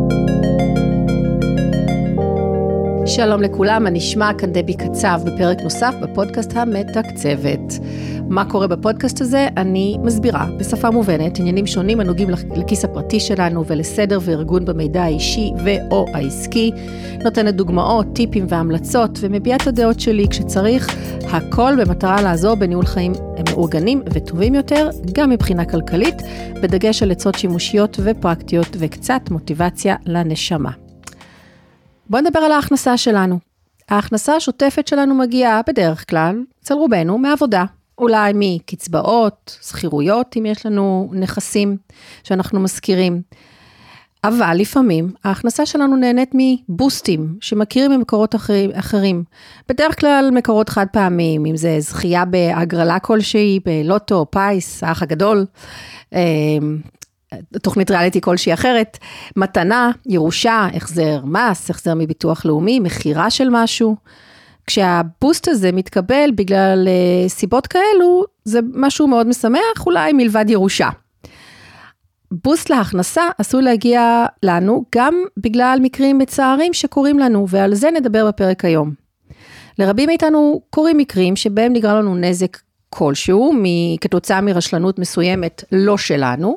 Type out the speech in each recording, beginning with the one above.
שלום לכולם, אני נשמע כאן דבי קצב בפרק נוסף בפודקאסט המתקצבת. מה קורה בפודקאסט הזה? אני מסבירה בשפה מובנת, עניינים שונים הנוגעים לכיס הפרטי שלנו ולסדר וארגון במידע האישי ו/או העסקי, נותנת דוגמאות, טיפים והמלצות ומביעה את הדעות שלי כשצריך, הכל במטרה לעזור בניהול חיים מאורגנים וטובים יותר, גם מבחינה כלכלית, בדגש על עצות שימושיות ופרקטיות וקצת מוטיבציה לנשמה. בואו נדבר על ההכנסה שלנו. ההכנסה השוטפת שלנו מגיעה בדרך כלל, אצל רובנו, מעבודה. אולי מקצבאות, שכירויות, אם יש לנו נכסים שאנחנו מזכירים. אבל לפעמים ההכנסה שלנו נהנית מבוסטים, שמכירים ממקורות אחרים. בדרך כלל מקורות חד פעמים, אם זה זכייה בהגרלה כלשהי, בלוטו, פייס, האח הגדול, תוכנית ריאליטי כלשהי אחרת, מתנה, ירושה, החזר מס, החזר מביטוח לאומי, מחירה של משהו. כשהבוסט הזה מתקבל בגלל סיבות כאלו, זה משהו מאוד משמח, אולי מלבד ירושה. בוסט להכנסה עשוי להגיע לנו גם בגלל מקרים מצערים שקורים לנו, ועל זה נדבר בפרק היום. לרבים מאיתנו קורים מקרים שבהם נגרם לנו נזק כלשהו, כתוצאה מרשלנות מסוימת לא שלנו,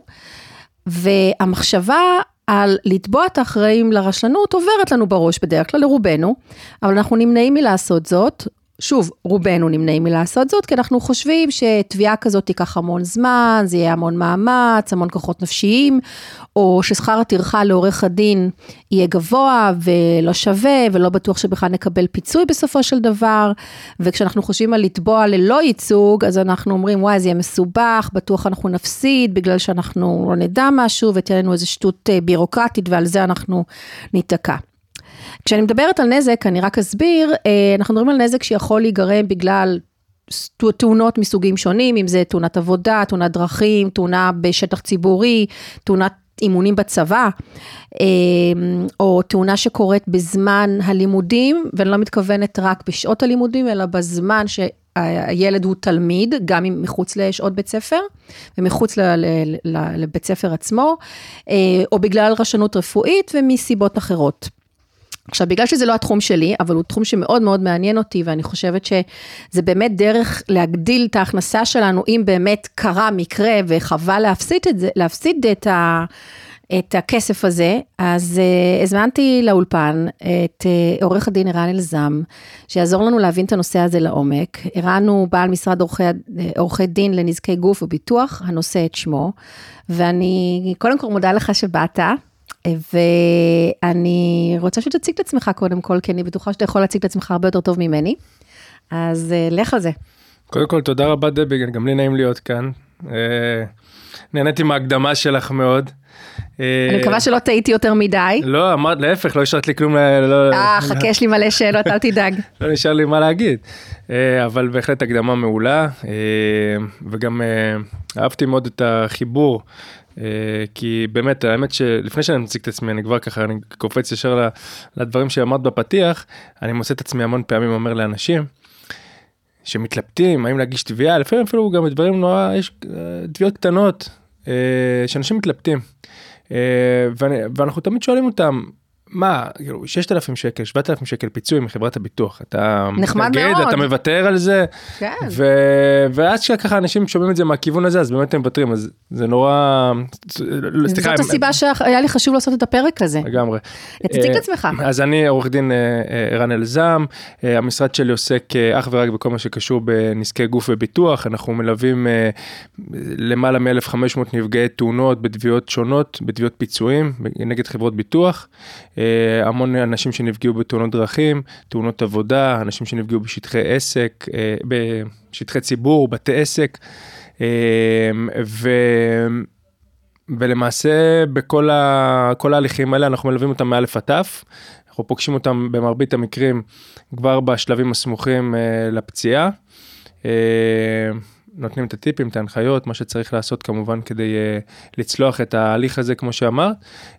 והמחשבה על לתבוע את האחראים לרשלנות עוברת לנו בראש בדרך כלל לרובנו, אבל אנחנו נמנעים מלעשות זאת, שוב, רובנו נמנעים מלעשות זאת, כי אנחנו חושבים שתביעה כזאת תיקח המון זמן, זה יהיה המון מאמץ, המון כוחות נפשיים, או ששכר הטרחה לעורך הדין יהיה גבוה ולא שווה, ולא בטוח שבכלל נקבל פיצוי בסופו של דבר, וכשאנחנו חושבים על לתבוע ללא ייצוג, אז אנחנו אומרים, וואי, זה יהיה מסובך, בטוח אנחנו נפסיד, בגלל שאנחנו לא נדע משהו, ותהיה לנו איזו שטות בירוקרטית, ועל זה אנחנו ניתקע. כשאני מדברת על נזק, אני רק אסביר, אנחנו מדברים על נזק שיכול להיגרם בגלל תאונות מסוגים שונים, אם זה תאונת עבודה, תאונת דרכים, תאונה בשטח ציבורי, תאונת אימונים בצבא, או תאונה שקורית בזמן הלימודים, ואני לא מתכוונת רק בשעות הלימודים, אלא בזמן שהילד הוא תלמיד, גם מחוץ לשעות בית ספר, ומחוץ לבית ספר עצמו, או בגלל רשלנות רפואית ומסיבות אחרות. עכשיו, בגלל שזה לא התחום שלי, אבל הוא תחום שמאוד מאוד מעניין אותי, ואני חושבת שזה באמת דרך להגדיל את ההכנסה שלנו, אם באמת קרה מקרה וחבל להפסיד את הכסף הזה, אז הזמנתי לאולפן את עורך הדין ערן אלזם, שיעזור לנו להבין את הנושא הזה לעומק. ערן הוא בעל משרד עורכי דין לנזקי גוף וביטוח, הנושא את שמו, ואני קודם כל מודה לך שבאת, ואני רוצה שתציג את עצמך קודם כל, כי אני בטוחה שאתה יכול להציג את עצמך הרבה יותר טוב ממני, אז לך על זה. קודם כל, תודה רבה דבי, גם לי נעים להיות כאן, נהניתי מההקדמה שלך מאוד. אני מקווה שלא טעיתי יותר מדי. לא, אמרת, להפך, לא השארת לי כלום. חכה, יש לי מלא שאלות, אל תדאג. לא נשאר לי מה להגיד, אבל בהחלט הקדמה מעולה, וגם אהבתי מאוד את החיבור, כי באמת, האמת שלפני שאני מציג את עצמי, אני כבר ככה, אני קופץ ישר לדברים שאמרת בפתיח, אני מוצא את עצמי המון פעמים אומר לאנשים, שמתלבטים, האם להגיש תביעה, לפעמים אפילו גם דברים נורא, יש תביעות קטנות, שאנשים מתלבטים, ואנחנו תמיד שואלים אותם, מה, 6,000 שקל, 7,000 שקל פיצוי מחברת הביטוח, אתה מתנגד, אתה מוותר על זה, ואז כשככה אנשים שומעים את זה מהכיוון הזה, אז באמת הם מוותרים, אז זה נורא, זאת הסיבה שהיה לי חשוב לעשות את הפרק הזה. לגמרי. תציג את עצמך. אז אני עורך דין ערן אלזם, המשרד שלי עוסק אך ורק בכל מה שקשור בנזקי גוף וביטוח, אנחנו מלווים למעלה מ-1,500 נפגעי תאונות בתביעות שונות, בתביעות פיצויים, נגד חברות ביטוח, המון אנשים שנפגעו בתאונות דרכים, תאונות עבודה, אנשים שנפגעו בשטחי עסק, בשטחי ציבור, בתי עסק, ולמעשה בכל ההליכים האלה אנחנו מלווים אותם מאלף עד תף, אנחנו פוגשים אותם במרבית המקרים כבר בשלבים הסמוכים לפציעה, נותנים את הטיפים, את ההנחיות, מה שצריך לעשות כמובן כדי לצלוח את ההליך הזה כמו שאמרת,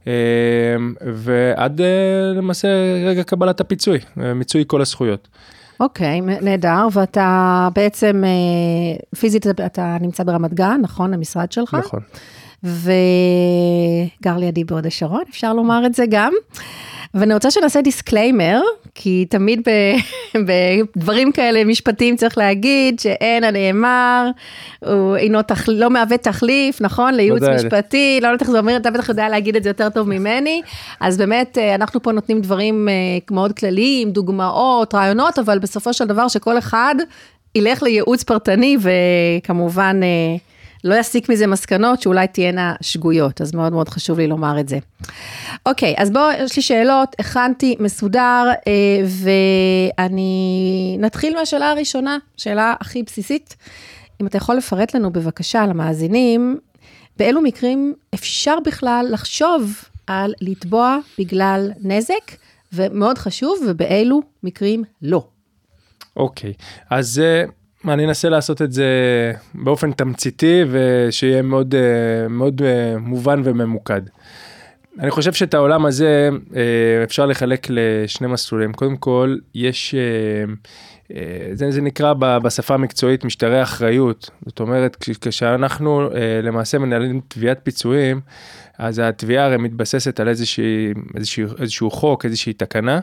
ועד למעשה רגע קבלת הפיצוי, מיצוי כל הזכויות. אוקיי, נהדר, ואתה בעצם פיזית אתה נמצא ברמת גן, נכון? המשרד שלך? נכון. וגר לידי בהוד השרון, אפשר לומר את זה גם. ואני רוצה שנעשה דיסקליימר, כי תמיד בדברים כאלה משפטיים צריך להגיד שאין הנאמר, הוא לא מהווה תחליף, נכון? לייעוץ משפטי, לא יודעת איך זה אומר, אתה בטח יודע להגיד את זה יותר טוב ממני, אז באמת אנחנו פה נותנים דברים מאוד כלליים, דוגמאות, רעיונות, אבל בסופו של דבר שכל אחד ילך לייעוץ פרטני, וכמובן לא יסיק מזה מסקנות שאולי תהיינה שגויות, אז מאוד מאוד חשוב לי לומר את זה. אוקיי, אז בואו, יש לי שאלות, הכנתי מסודר, ואני נתחיל מהשאלה הראשונה, שאלה הכי בסיסית. אם אתה יכול לפרט לנו בבקשה למאזינים, באילו מקרים אפשר בכלל לחשוב על לתבוע בגלל נזק, ומאוד חשוב, ובאילו מקרים לא. אוקיי, אז אני אנסה לעשות את זה באופן תמציתי, ושיהיה מאוד, מאוד מובן וממוקד. אני חושב שאת העולם הזה אפשר לחלק לשני מסלולים. קודם כל, יש, זה נקרא בשפה המקצועית משטרי אחריות. זאת אומרת, כשאנחנו למעשה מנהלים תביעת פיצויים, אז התביעה הרי מתבססת על איזשהו חוק, איזושהי תקנה,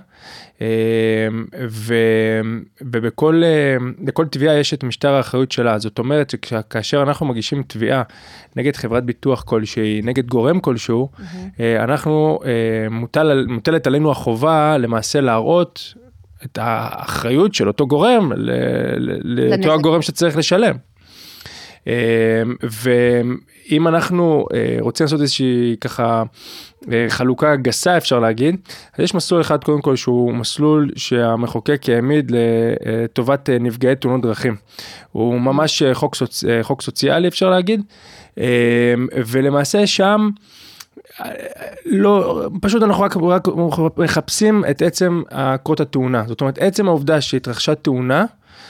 ובכל תביעה יש את משטר האחריות שלה. זאת אומרת שכאשר אנחנו מגישים תביעה נגד חברת ביטוח כלשהי, נגד גורם כלשהו, אנחנו, מוטלת עלינו החובה למעשה להראות את האחריות של אותו גורם, לאותו הגורם שצריך לשלם. ואם אנחנו רוצים לעשות איזושהי ככה חלוקה גסה אפשר להגיד, אז יש מסלול אחד קודם כל שהוא מסלול שהמחוקק העמיד לטובת נפגעי תאונות דרכים. הוא ממש חוק סוציאלי אפשר להגיד, ולמעשה שם לא, פשוט אנחנו רק מחפשים את עצם קרות התאונה. זאת אומרת, עצם העובדה שהתרחשה תאונה,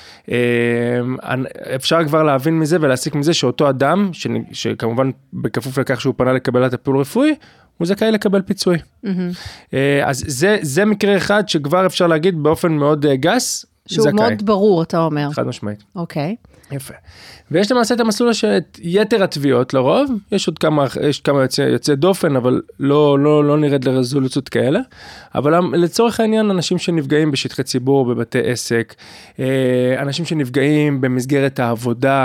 אפשר כבר להבין מזה ולהסיק מזה שאותו אדם, שכמובן בכפוף לכך שהוא פנה לקבלת הטיפול רפואי, הוא זכאי לקבל פיצוי. אז זה מקרה אחד שכבר אפשר להגיד באופן מאוד גס, שהוא זכאי. מאוד ברור, אתה אומר. חד משמעית. אוקיי. יפה. ויש למעשה את המסלול שיתר התביעות לרוב, יש עוד כמה יוצאי דופן, אבל לא נרד לרזולוציות כאלה, אבל לצורך העניין, אנשים שנפגעים בשטחי ציבור, בבתי עסק, אנשים שנפגעים במסגרת העבודה,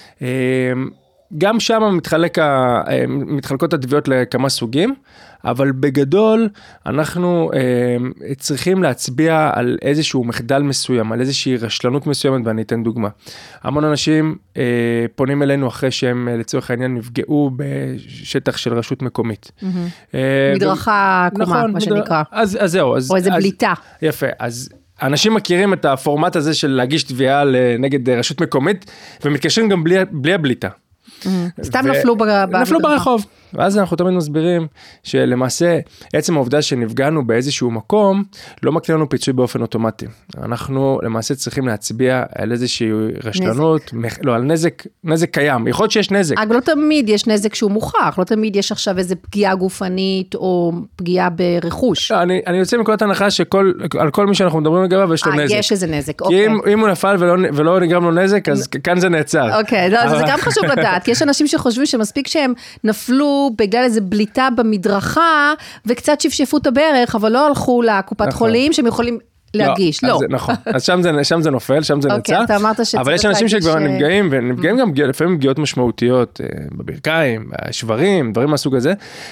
גם שם מתחלקות התביעות לכמה סוגים, אבל בגדול אנחנו צריכים להצביע על איזשהו מחדל מסוים, על איזושהי רשלנות מסוימת, ואני אתן דוגמה. המון אנשים פונים אלינו אחרי שהם לצורך העניין נפגעו בשטח של רשות מקומית. מדרכה עקומה, מה שנקרא. אז זהו. או איזה בליטה. יפה, אז אנשים מכירים את הפורמט הזה של להגיש תביעה נגד רשות מקומית, ומתקשרים גם בלי הבליטה. סתם נפלו ברחוב. ואז אנחנו תמיד מסבירים שלמעשה עצם העובדה שנפגענו באיזשהו מקום לא מקנה לנו פיצוי באופן אוטומטי. אנחנו למעשה צריכים להצביע על איזושהי רשלנות, לא, על נזק קיים. יכול להיות שיש נזק. אבל לא תמיד יש נזק שהוא מוכח, לא תמיד יש עכשיו איזו פגיעה גופנית או פגיעה ברכוש. לא, אני יוצא מנקודת הנחה שעל כל מי שאנחנו מדברים לגביו יש לו נזק. יש איזה נזק, אוקיי. כי אם הוא נפל ולא נגרם לו נזק, אז כאן זה נעצר. אוקיי, זה גם חשוב לדעת, כי יש אנשים שחושבים שמספיק שהם נפלו בגלל איזו בליטה במדרכה, וקצת שפשפו את הברך, אבל לא הלכו לקופת חולים, שהם יכולים להגיש, לא. נכון, אז שם זה נופל, שם זה נעצר. אתה אמרת שצריך אבל יש אנשים שכבר נפגעים, ונפגעים גם לפעמים פגיעות משמעותיות, בברכיים, בשברים, דברים מהסוג הזה,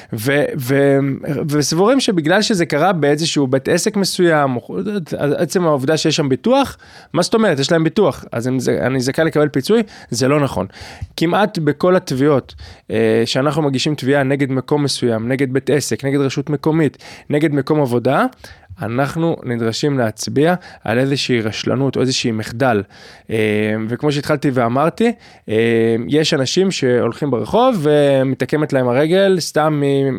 וסבורים שבגלל שזה קרה באיזשהו בית עסק מסוים, עצם העובדה שיש שם ביטוח, מה זאת אומרת? יש להם ביטוח, אז אני זכאי לקבל פיצוי, זה לא נכון. כמעט בכל התביעות שאנחנו מגישים תביעה נגד מקום מסוים, נגד בית עסק, נגד רשות מקומית, נגד מקום עבודה, אנחנו נדרשים להצביע על איזושהי רשלנות או איזושהי מחדל. וכמו שהתחלתי ואמרתי, יש אנשים שהולכים ברחוב ומתעקמת להם הרגל, סתם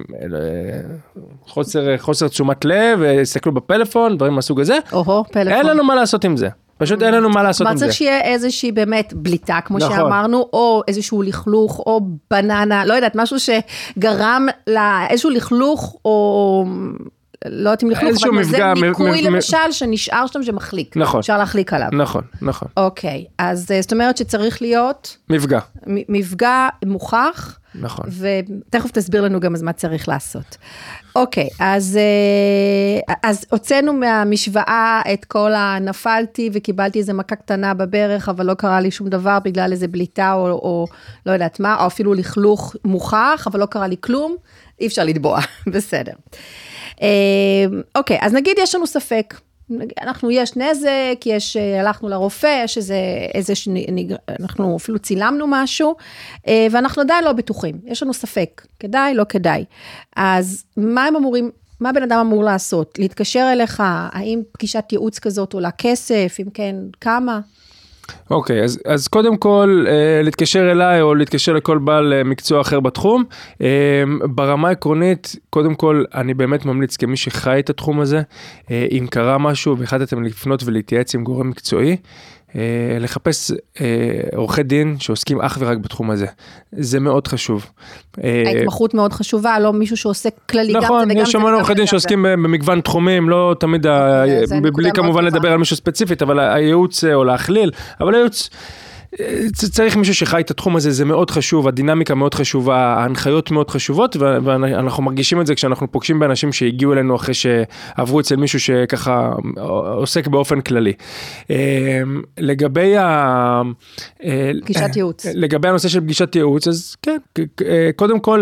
חוסר תשומת לב, הסתכלו בפלאפון, דברים מהסוג הזה. פלאפון. אין לנו מה לעשות עם זה. פשוט אין לנו מה לעשות עם זה. צריך שיהיה איזושהי באמת בליטה, כמו שאמרנו, או איזשהו לכלוך, או בננה, לא יודעת, משהו שגרם לאיזשהו לכלוך, או לא יודעת אם לכלוך, אבל זה מיקוי למשל שנשאר שם שמחליק. נכון. אפשר להחליק עליו. נכון. אוקיי, אז זאת אומרת שצריך להיות... מפגע. מפגע מוכח. נכון. ותכף תסביר לנו גם אז מה צריך לעשות. אוקיי, אז הוצאנו מהמשוואה את כל הנפלתי, וקיבלתי איזה מכה קטנה בברך, אבל לא קרה לי שום דבר, בגלל איזה בליטה, או לא יודעת מה, או אפילו לכלוך מוכח, אבל לא קרה לי כלום, אי אפשר לתבוע, בסדר. אוקיי, אז נגיד יש לנו ספק, יש נזק, הלכנו לרופא, יש אנחנו אפילו צילמנו משהו, ואנחנו עדיין לא בטוחים, יש לנו ספק, כדאי, לא כדאי. אז מה בן אדם אמור לעשות? להתקשר אליך, האם פגישת ייעוץ כזאת עולה כסף, אם כן, כמה? אוקיי, אז קודם כל, להתקשר אליי או להתקשר לכל בעל מקצוע אחר בתחום, ברמה העקרונית, קודם כל, אני באמת ממליץ כמי שחי את התחום הזה, אם קרה משהו, והחלטתם לפנות ולהתייעץ עם גורם מקצועי, לחפש עורכי דין שעוסקים אך ורק בתחום הזה. זה מאוד חשוב. ההתמחות מאוד חשובה, לא מישהו שעוסק כללי גם. נכון, יש שם עורכי דין שעוסקים במגוון תחומים, לא תמיד, בלי כמובן לדבר על מישהו ספציפית, אבל הייעוץ או להכליל, אבל הייעוץ, צריך מישהו שחי את התחום הזה, זה מאוד חשוב, הדינמיקה מאוד חשובה, ההנחיות מאוד חשובות, ואנחנו מרגישים את זה כשאנחנו פוגשים באנשים שהגיעו אלינו אחרי שעברו אצל מישהו שככה עוסק באופן כללי. לגבי פגישת ייעוץ. לגבי הנושא של פגישת ייעוץ, אז כן, קודם כל,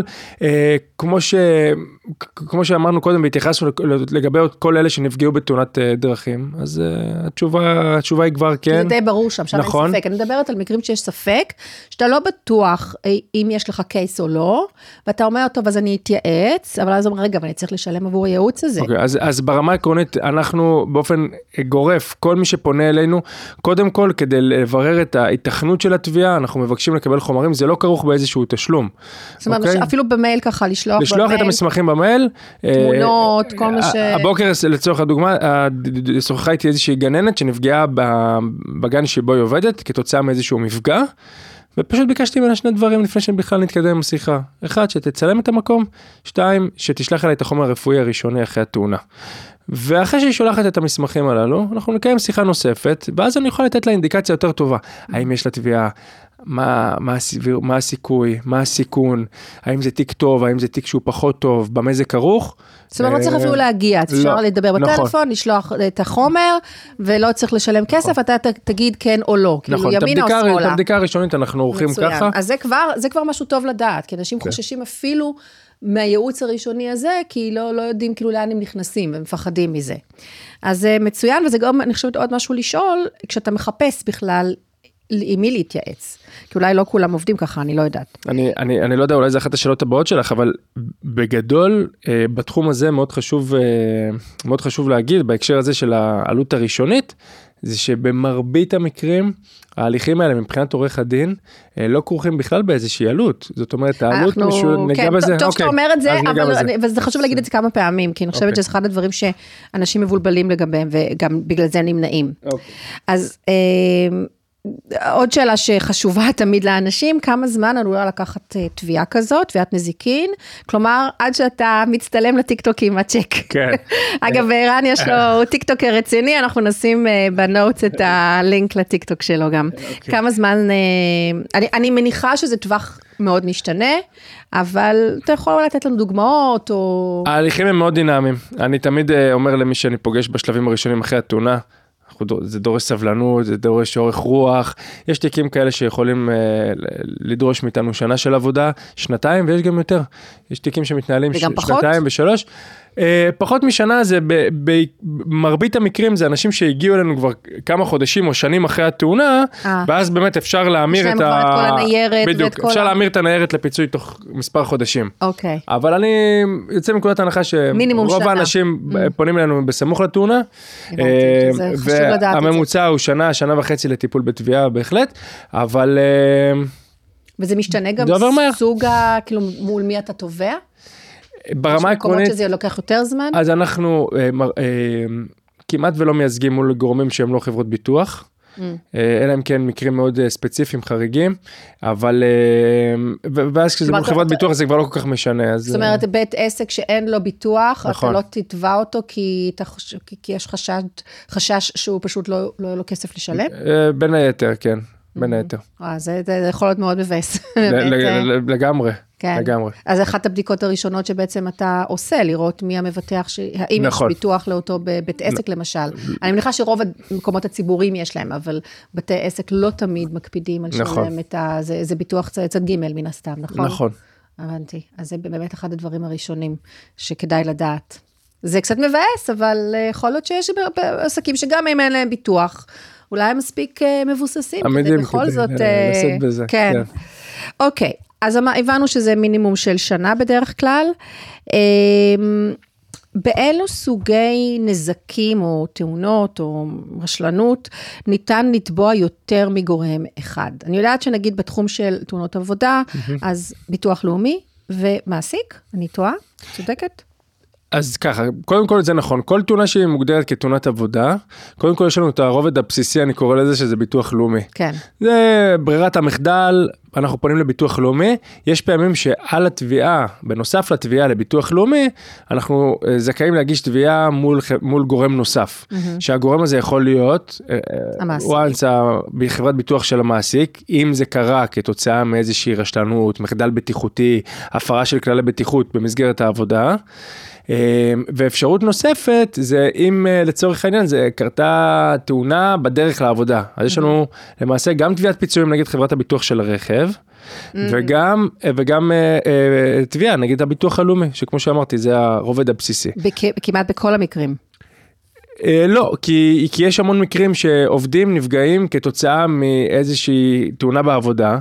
כמו שאמרנו קודם, והתייחסנו לגבי כל אלה שנפגעו בתאונת דרכים, אז התשובה היא כבר כן. זה די ברור שם, שם אין ספק. אני מדברת על מקרים שיש ספק, שאתה לא בטוח אם יש לך קייס או לא, ואתה אומר, טוב, אז אני אתייעץ, אבל אז אומר, רגע, אבל אני צריך לשלם עבור הייעוץ הזה. אוקיי, אז ברמה העקרונית, אנחנו באופן גורף, כל מי שפונה אלינו, קודם כל, כדי לברר את ההיתכנות של התביעה, אנחנו מבקשים לקבל חומרים, זה לא כרוך באיזשהו תשלום. זאת אומרת, אפילו במייל ככה, לשלוח את המסמכים במייל. תמונות, כל מה ש... הבוקר, לצורך הדוגמה, שוחחה איתי איזושהי גננת שנפגעה בגן שבו היא עובדת, כתוצאה מאיזשהו מפגע, ופשוט ביקשתי ממנה שני דברים לפני שבכלל נתקדם עם השיחה. אחד, שתצלם את המקום, שתיים, שתשלח אליי את החומר הרפואי הראשוני אחרי התאונה. ואחרי שהיא שולחת את המסמכים הללו, אנחנו נקיים שיחה נוספת, ואז אני יכול לתת לה אינדיקציה יותר טובה. האם יש לה תביעה, מה הסיכוי, מה הסיכון, האם זה תיק טוב, האם זה תיק שהוא פחות טוב, במה זה כרוך. זאת אומרת, לא צריך אפילו להגיע, אפשר לדבר בטלפון, לשלוח את החומר, ולא צריך לשלם כסף, אתה תגיד כן או לא, כאילו ימינה או שמאלה. את הבדיקה הראשונית אנחנו עורכים ככה. אז זה כבר משהו טוב לדעת, כי אנשים חוששים אפילו מהייעוץ הראשוני הזה, כי לא יודעים כאילו לאן הם נכנסים, ומפחדים מזה. אז זה מצוין, וזה גם, אני חושבת, עוד משהו לשאול, כשאתה מחפש בכלל, עם מי להתייעץ. כי אולי לא כולם עובדים ככה, אני לא יודעת. אני לא יודע, אולי זה אחת השאלות הבאות שלך, אבל בגדול, בתחום הזה מאוד חשוב להגיד, בהקשר הזה של העלות הראשונית, זה שבמרבית המקרים, ההליכים האלה מבחינת עורך הדין, לא כרוכים בכלל באיזושהי עלות. זאת אומרת, העלות נגע בזה. טוב שאתה אומר את זה, אבל זה חשוב להגיד את זה כמה פעמים, כי אני חושבת שזה אחד הדברים שאנשים מבולבלים לגביהם, וגם בגלל זה נמנעים. אז עוד שאלה שחשובה תמיד לאנשים, כמה זמן עלולה לקחת תביעה כזאת, תביעת נזיקין, כלומר, עד שאתה מצטלם לטיקטוק עם הצ'ק. כן. אגב, ערן יש לו טיקטוקר רציני, אנחנו נשים בנוטס את הלינק לטיקטוק שלו גם. כמה זמן, אני מניחה שזה טווח מאוד משתנה, אבל אתה יכול לתת לנו דוגמאות, או... ההליכים הם מאוד דינמיים. אני תמיד אומר למי שאני פוגש בשלבים הראשונים אחרי התאונה, זה דורש סבלנות, זה דורש אורך רוח, יש תיקים כאלה שיכולים לדרוש מאיתנו שנה של עבודה, שנתיים, ויש גם יותר. יש תיקים שמתנהלים שנתיים ושלוש. פחות משנה זה, במרבית המקרים זה אנשים שהגיעו אלינו כבר כמה חודשים או שנים אחרי התאונה, ואז באמת אפשר להמיר את בדיוק, אפשר להמיר את הניירת לפיצוי תוך מספר חודשים. אוקיי. אבל אני יוצא מנקודת ההנחה שרוב האנשים פונים אלינו בסמוך לתאונה, והממוצע הוא שנה וחצי לטיפול בתביעה בהחלט, אבל... וזה משתנה גם סוג, כאילו מול מי אתה תובע? ברמה עקרונית... מקומות שזה לוקח יותר זמן? אז אנחנו כמעט ולא מייצגים מול גורמים שהם לא חברות ביטוח, אלא אם כן מקרים מאוד ספציפיים, חריגים, אבל, ואז כשזה מול חברת ביטוח זה כבר לא כל כך משנה. זאת אומרת, בית עסק שאין לו ביטוח, אתה לא תתבע אותו כי יש חשש שהוא פשוט לא יהיה לו כסף לשלם? בין היתר, כן. בין היתר. זה יכול להיות מאוד מבאס. לגמרי. כן. לגמרי. אז אחת הבדיקות הראשונות שבעצם אתה עושה, לראות מי המבטח, האם נכון. יש ביטוח לאותו בבית עסק למשל. אני מניחה שרוב המקומות הציבוריים יש להם, אבל בתי עסק לא תמיד מקפידים על שלהם את זה ביטוח צד ג' מן הסתם, נכון? נכון. הבנתי. אז זה באמת אחד הדברים הראשונים שכדאי לדעת. זה קצת מבאס, אבל יכול להיות שיש עסקים שגם אם אין להם ביטוח, אולי הם מספיק מבוססים. עמידים בכל זאת, לשאת בזה. כן. אוקיי. אז הבנו שזה מינימום של שנה בדרך כלל. באילו סוגי נזקים או תאונות או רשלנות ניתן לתבוע יותר מגורם אחד? אני יודעת שנגיד בתחום של תאונות עבודה, אז ביטוח לאומי ומעסיק, אני טועה? צודקת? אז ככה, קודם כל זה נכון, כל תאונה שהיא מוגדרת כתאונת עבודה, קודם כל יש לנו את הרובד הבסיסי, אני קורא לזה שזה ביטוח לאומי. כן. זה ברירת המחדל, אנחנו פונים לביטוח לאומי, יש פעמים שעל התביעה, בנוסף לתביעה לביטוח לאומי, אנחנו זכאים להגיש תביעה מול גורם נוסף, שהגורם הזה יכול להיות, בחברת ביטוח של המעסיק, אם זה קרה כתוצאה מאיזושהי רשלנות, מחדל בטיחותי, הפרה של כללי בטיחות במסגרת העבודה, ואפשרות נוספת זה אם לצורך העניין זה קרתה תאונה בדרך לעבודה, אז יש לנו למעשה גם תביעת פיצויים נגד חברת הביטוח של הרכב, וגם תביעה נגד הביטוח הלאומי, שכמו שאמרתי זה הרובד הבסיסי. כמעט בכל המקרים. לא, כי יש המון מקרים שעובדים נפגעים כתוצאה מאיזושהי תאונה בעבודה,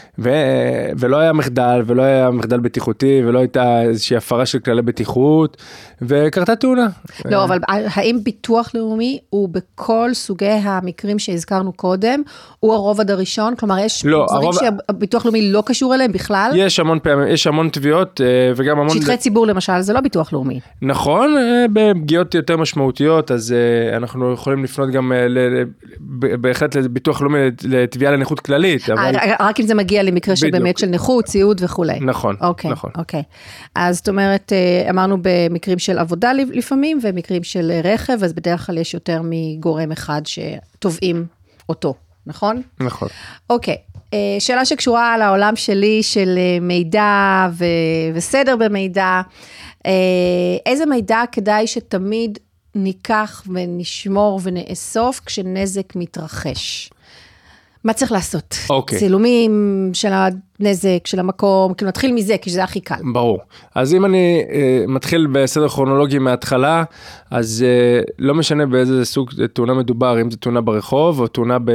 ולא היה מחדל, ולא היה מחדל בטיחותי, ולא הייתה איזושהי הפרה של כללי בטיחות, וקרתה תאונה. לא, אבל האם ביטוח לאומי הוא בכל סוגי המקרים שהזכרנו קודם, הוא הרובד הראשון? כלומר, יש דברים שהביטוח לאומי לא קשור אליהם בכלל? יש המון פעמים, יש המון תביעות, וגם המון... שטחי ציבור למשל, זה לא ביטוח לאומי. נכון, בפגיעות יותר משמעותיות, אז אנחנו יכולים לפנות גם בהחלט לביטוח לאומי, לתביעה לנכות כללית. רק אם זה מגיע למקרה שבאמת של נכות, ציוד וכו'. נכון, נכון. אוקיי. אז זאת אומרת, אמרנו במקרים של עבודה לפעמים, ומקרים של רכב, אז בדרך כלל יש יותר מגורם אחד שתובעים אותו, נכון? נכון. אוקיי. שאלה שקשורה לעולם שלי של מידע וסדר במידע, איזה מידע כדאי שתמיד ניקח ונשמור ונאסוף כשנזק מתרחש? מה צריך לעשות? צילומים של הנזק, של המקום, כאילו נתחיל מזה, כי זה הכי קל. ברור. אז אם אני מתחיל בסדר כרונולוגי מההתחלה, אז לא משנה באיזה סוג תאונה מדובר, אם זה תאונה ברחוב, או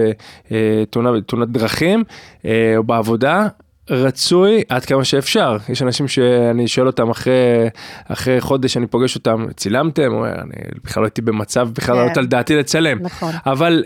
תאונת דרכים, או בעבודה, רצוי עד כמה שאפשר. יש אנשים שאני שואל אותם אחרי חודש, אני פוגש אותם, צילמתם, או אני בכלל לא הייתי במצב, בכלל לא על דעתי לצלם. נכון. אבל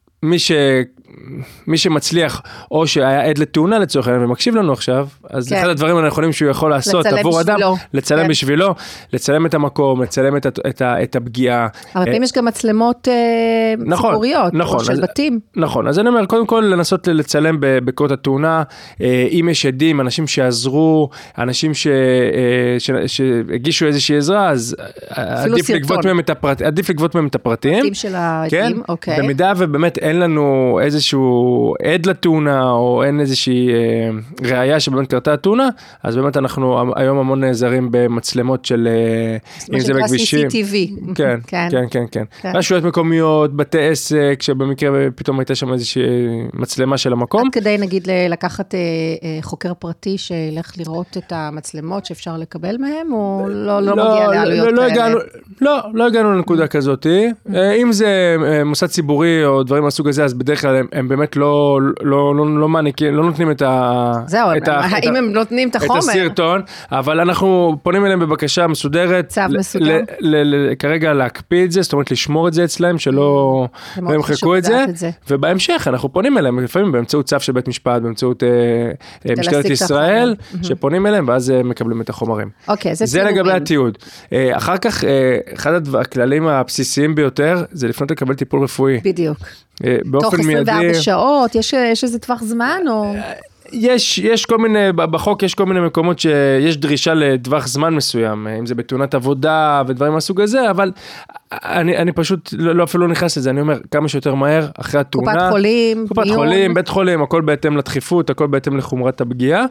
מי שמצליח, או שהיה עד לתאונה לצורך העניין, ומקשיב לנו עכשיו, אז אחד הדברים הנכונים שהוא יכול לעשות עבור אדם, לצלם בשבילו, לצלם את המקום, לצלם את הפגיעה. אבל פעמים יש גם מצלמות ציבוריות, או של בתים. נכון, אז אני אומר, קודם כל לנסות לצלם בקרות התאונה, אם יש עדים, אנשים שעזרו, אנשים שהגישו איזושהי עזרה, אז עדיף לגבות מהם את הפרטים. פרטים של העדים, אוקיי. במידה ובאמת אין לנו איזשהו עד לתאונה, או אין איזושהי ראייה שבאמת קרתה התאונה, אז באמת אנחנו היום המון נעזרים במצלמות של, אם זה בכבישים. CCTV. כן. רשויות מקומיות, בתי עסק, שבמקרה פתאום הייתה שם איזושהי מצלמה של המקום. עד כדי נגיד לקחת חוקר פרטי שילך לראות את המצלמות שאפשר לקבל מהם, או לא מגיע לעלויות כאלה? לא הגענו לנקודה כזאת. אם זה מוסד ציבורי או דברים מהסוג הזה, אז בדרך כלל הם באמת לא מעניקים, לא נותנים את האם הם נותנים את החומר? את הסרטון, אבל אנחנו פונים אליהם בבקשה מסודרת, צו מסודר. כרגע להקפיא את זה, זאת אומרת לשמור את זה אצלהם, שלא ימחקו את זה, ובהמשך אנחנו פונים אליהם, לפעמים באמצעות צו של בית משפט, באמצצות משטרת ישראל, שפונים אליהם, ואז מקבלים את החומרים. זה לגבי התיעוד. אחר כך, אחד הכללים הבסיסיים ביותר, זה לפנות לקבל טיפול רפואי. בדיוק. תוך 24 שעות, יש איזה טווח זמן או? יש כל מיני, בחוק יש כל מיני מקומות שיש דרישה לטווח זמן מסוים, אם זה בתאונת עבודה ודברים מהסוג הזה, אבל אני פשוט לא אפילו לא נכנס לזה, אני אומר כמה שיותר מהר, אחרי התאונה. קופת חולים, קופת חולים, בית חולים, הכל בהתאם לדחיפות, הכל בהתאם לחומרת הפגיעה,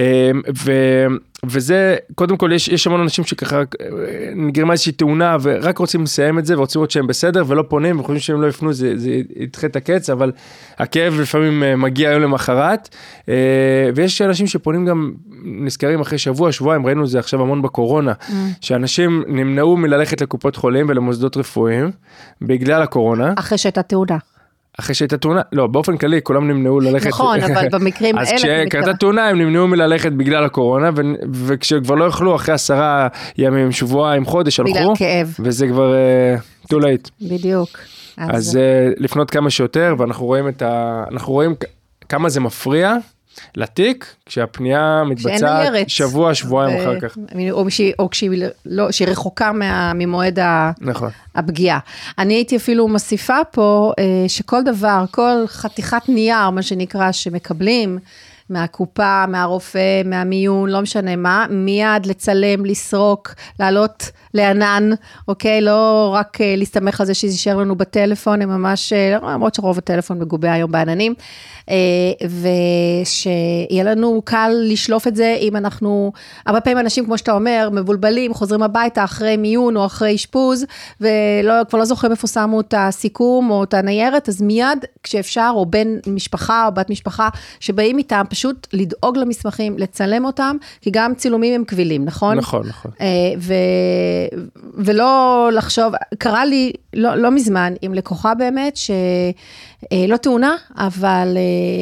וזה, קודם כל, יש המון אנשים שככה נגרמה איזושהי תאונה, ורק רוצים לסיים את זה, ורוצים לראות שהם בסדר, ולא פונים, וחושבים שהם לא יפנו, זה ידחה את הקץ, אבל הכאב לפעמים מגיע היום למחרת, ויש אנשים שפונים גם, נזכרים אחרי שבוע, שבועיים, ראינו זה עכשיו המון בקורונה, שאנשים נמנעו מללכת לקופות חולים ולמוסדות רפואיים, בגלל הקורונה. אחרי שהייתה תאונה. אחרי שהייתה תאונה, לא, באופן כללי, כולם נמנעו ללכת. נכון, אבל במקרים האלה... אז כשקרתה תאונה, הם נמנעו מללכת בגלל הקורונה, וכשכבר לא יכלו, אחרי 10 ימים, שבועיים, חודש, הלכו. בגלל כאב. וזה כבר too late. בדיוק. אז לפנות כמה שיותר, ואנחנו רואים כמה זה מפריע לתיק, כשהפנייה מתבצעת שבוע, שבועיים אחר כך. או כשהיא רחוקה ממועד הפגיעה. אני הייתי אפילו מוסיפה פה, שכל דבר, כל חתיכת נייר, מה שנקרא, שמקבלים מהקופה, מהרופא, מהמיון, לא משנה מה, מיד לצלם, לסרוק, לעלות לענן, אוקיי? לא רק להסתמך על זה שזה יישאר לנו בטלפון, הם ממש, למרות שרוב הטלפון מגובה היום בעננים, ושיהיה לנו קל לשלוף את זה, אם אנחנו, הרבה פעמים אנשים, כמו שאתה אומר, מבולבלים, חוזרים הביתה אחרי מיון או אחרי אשפוז, וכבר לא זוכרים איפה שמו את הסיכום או את הניירת, אז מיד כשאפשר, או בן משפחה או בת משפחה, שבאים איתם, פשוט לדאוג למסמכים, לצלם אותם, כי גם צילומים הם קבילים, נכון? נכון, נכון. ולא לחשוב, קרה לי לא מזמן, עם לקוחה באמת, שלא תאונה, אבל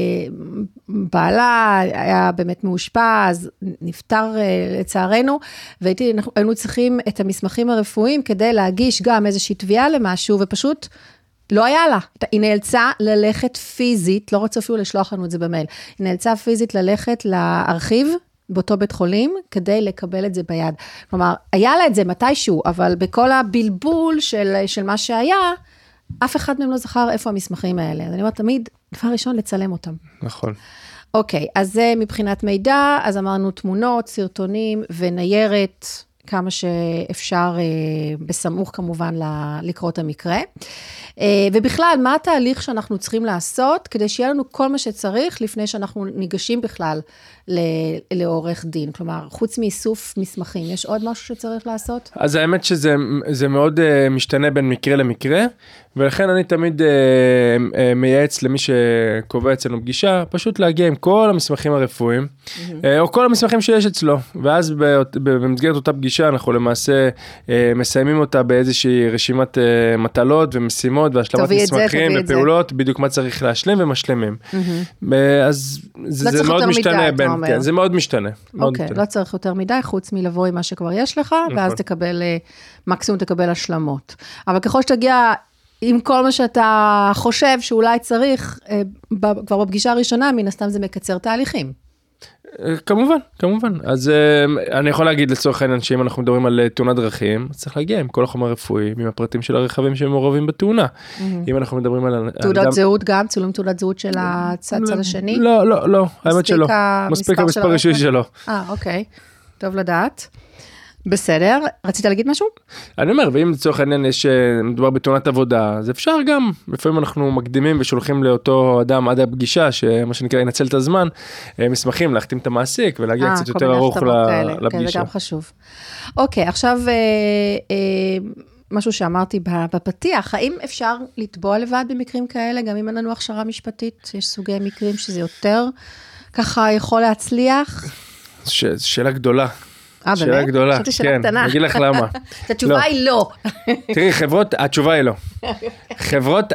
בעלה היה באמת מאושפז, נפטר לצערנו, והיינו צריכים את המסמכים הרפואיים, כדי להגיש גם איזושהי תביעה למשהו, ופשוט לא היה לה. היא נאלצה ללכת פיזית, לא רוצה אפילו לשלוח לנו את זה במייל, היא נאלצה פיזית ללכת לארכיב, באותו בית חולים, כדי לקבל את זה ביד. כלומר, היה לה את זה מתישהו, אבל בכל הבלבול של מה שהיה, אף אחד מהם לא זכר איפה המסמכים האלה. אז אני אומרת, תמיד, דבר ראשון, לצלם אותם. נכון. אוקיי, אז זה מבחינת מידע, אז אמרנו תמונות, סרטונים וניירת, כמה שאפשר בסמוך כמובן לקרוא את המקרה. ובכלל, מה התהליך שאנחנו צריכים לעשות, כדי שיהיה לנו כל מה שצריך, לפני שאנחנו ניגשים בכלל לעורך דין? כלומר, חוץ מאיסוף מסמכים, יש עוד משהו שצריך לעשות? אז האמת שזה מאוד משתנה בין מקרה למקרה, ולכן אני תמיד מייעץ למי שקובע אצלנו פגישה, פשוט להגיע עם כל המסמכים הרפואיים, או כל המסמכים שיש אצלו, ואז במסגרת אותה פגישה, אנחנו למעשה מסיימים אותה באיזושהי רשימת מטלות ומשימות, והשלמת מסמכים ופעולות, בדיוק מה צריך להשלים ומשלמים. אז זה מאוד משתנה, זה מאוד משתנה. אוקיי, לא צריך יותר מדי, חוץ מלבוא עם מה שכבר יש לך, ואז תקבל, מקסימום תקבל השלמות. אבל ככל שתגיע עם כל מה שאתה חושב שאולי צריך, כבר בפגישה הראשונה, מן הסתם זה מקצר תהליכים. כמובן. אז אני יכול להגיד לצורך העניין שאם אנחנו מדברים על תאונת דרכים, צריך להגיע עם כל החומר הרפואי, עם הפרטים של הרכבים שהם מעורבים בתאונה. אם אנחנו מדברים על... תעודת זהות גם, צילום תעודת זהות של הצד השני? לא, האמת שלא. מספיק המספר רישוי שלו. אוקיי, טוב לדעת. בסדר, רצית להגיד משהו? אני אומר, ואם לצורך העניין יש מדובר בתאונת עבודה, אז אפשר גם, לפעמים אנחנו מקדימים ושולחים לאותו אדם עד הפגישה, שמה שנקרא ינצל את הזמן, מסמכים להחתים את המעסיק, ולהגיע קצת יותר ארוך לפגישה. זה גם חשוב. אוקיי, עכשיו משהו שאמרתי בפתיח, האם אפשר לתבוע לבד במקרים כאלה, גם אם אין לנו הכשרה משפטית, יש סוגי מקרים שזה יותר ככה יכול להצליח? שאלה גדולה. שאלה גדולה, כן, אני אגיד לך למה. התשובה היא לא. תראי, חברות, התשובה היא לא. חברות,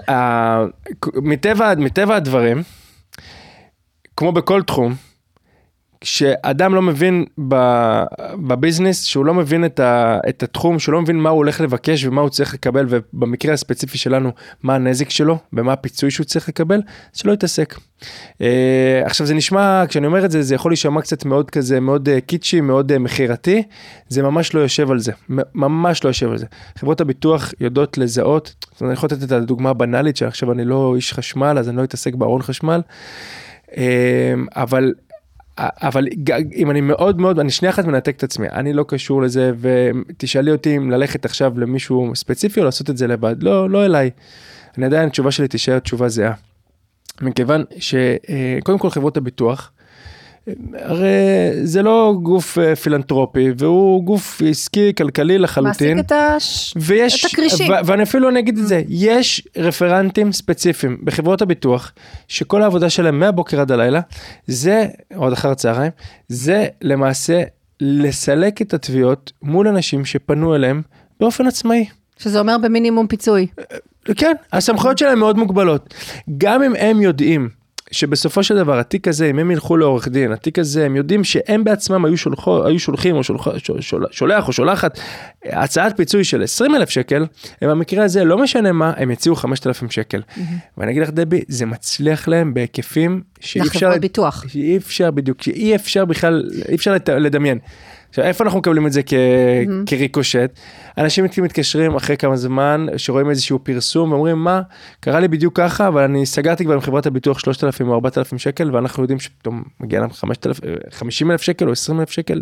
מטבע הדברים, כמו בכל תחום, כשאדם לא מבין בביזנס, שהוא לא מבין את התחום, שהוא לא מבין מה הוא הולך לבקש ומה הוא צריך לקבל, ובמקרה הספציפי שלנו, מה הנזק שלו, ומה הפיצוי שהוא צריך לקבל, שלא יתעסק. עכשיו זה נשמע, כשאני אומר את זה, זה יכול להישמע קצת מאוד כזה, מאוד קיצ'י, מאוד מחירתי, זה ממש לא יושב על זה, ממש לא יושב על זה. חברות הביטוח יודעות לזהות, אני יכול לתת את הדוגמה הבנאלית, שעכשיו אני לא איש חשמל, אז אני לא אתעסק בארון חשמל, אבל אבל אם אני מאוד מאוד, אני שנייה אחת מנתק את עצמי, אני לא קשור לזה, ותשאלי אותי אם ללכת עכשיו למישהו ספציפי, או לעשות את זה לבד, לא אליי. אני עדיין, התשובה שלי תישאר תשובה זהה. מכיוון שקודם כל חברות הביטוח, הרי זה לא גוף פילנטרופי, והוא גוף עסקי, כלכלי לחלוטין. מעסיק את הקרישים. ואני אפילו לא אגיד את זה, יש רפרנטים ספציפיים בחברות הביטוח, שכל העבודה שלהם מהבוקר עד הלילה, זה, עוד אחר הצהריים, זה למעשה לסלק את התביעות מול אנשים שפנו אליהם באופן עצמאי. שזה אומר במינימום פיצוי. כן, הסמכויות שלהם מאוד מוגבלות. גם אם הם יודעים שבסופו של דבר, התיק הזה, אם הם ילכו לעורך דין, התיק הזה, הם יודעים שהם בעצמם היו שולחים, או שולח או שולחת, הצעת פיצוי של 20,000 שקל, הם במקרה הזה, לא משנה מה, הם יציעו 5,000 שקל. ואני אגיד לך, דבי, זה מצליח להם בהיקפים שאי אפשר... לחברות ביטוח. שאי אפשר בדיוק, שאי אפשר בכלל, אי אפשר לדמיין. עכשיו, איפה אנחנו מקבלים את זה כריקושט? אנשים מתקשרים אחרי כמה זמן, שרואים איזשהו פרסום, ואומרים, מה, קרה לי בדיוק ככה, אבל אני סגרתי כבר עם חברת הביטוח 3,000 או 4,000 שקל, ואנחנו יודעים שפתאום מגיע להם 50,000 שקל או 20,000 שקל.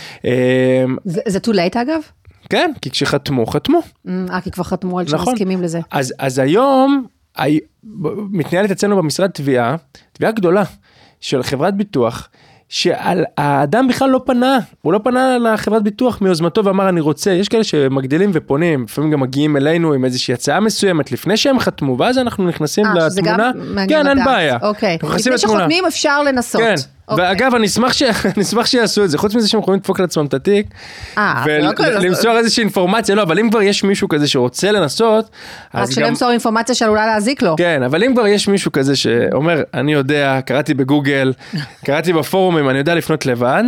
זה too late אגב? כן, כי כשחתמו, חתמו. כי כבר חתמו על שמסכימים לזה. אז היום, מתנהלת אצלנו במשרד תביעה גדולה, של חברת ביטוח, שהאדם בכלל לא פנה, הוא לא פנה לחברת ביטוח מיוזמתו ואמר אני רוצה, יש כאלה שמגדילים ופונים, לפעמים גם מגיעים אלינו עם איזושהי הצעה מסוימת לפני שהם חתמו, ואז אנחנו נכנסים לתמונה, כן אין בעיה, אוקיי, לפני שחותמים אפשר לנסות. כן, ואגב אני אשמח שיעשו את זה, חוץ מזה שהם יכולים לדפוק לעצמם את התיק, ולמסור איזושהי אינפורמציה, לא, אבל אם כבר יש מישהו כזה שרוצה לנסות, רק שלא למסור אינפורמציה שעלולה להזיק לו. כן, אבל אם כבר יש מישהו כזה שאומר, אני יודע, קראתי בגוגל, קראתי בפורומים, אני יודע לפנות לבד,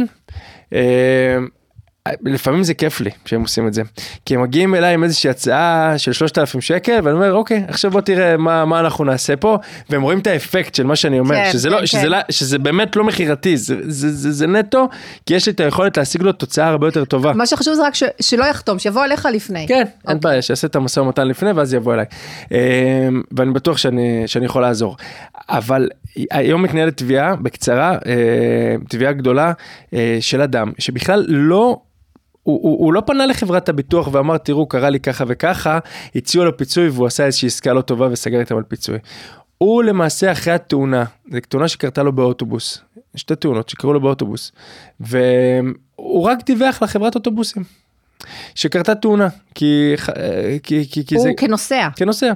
לפעמים זה כיף לי שהם עושים את זה, כי הם מגיעים אליי עם איזושהי הצעה של 3,000 שקל, ואני אומר, אוקיי, עכשיו בוא תראה מה אנחנו נעשה פה, והם רואים את האפקט של מה שאני אומר, שזה באמת לא מחירתי, זה נטו, כי יש לי את היכולת להשיג לו תוצאה הרבה יותר טובה. מה שחשוב זה רק שלא יחתום, שיבוא אליך לפני. כן, אין בעיה, שיעשה את המשא ומתן לפני, ואז יבוא אליי. ואני בטוח שאני יכול לעזור. אבל היום מתנהלת תביעה, בקצרה, תביעה גדולה של אדם, שבכלל לא הוא לא פנה לחברת הביטוח ואמר, תראו, קרה לי ככה וככה, הציעו לו פיצוי והוא עשה איזושהי עסקה לא טובה וסגר איתם על פיצוי. הוא למעשה אחרי התאונה, זו תאונה שקרתה לו באוטובוס, שתי תאונות שקראו לו באוטובוס, והוא רק דיווח לחברת אוטובוסים, שקרתה תאונה, כי הוא זה... כנוסע. כנוסע.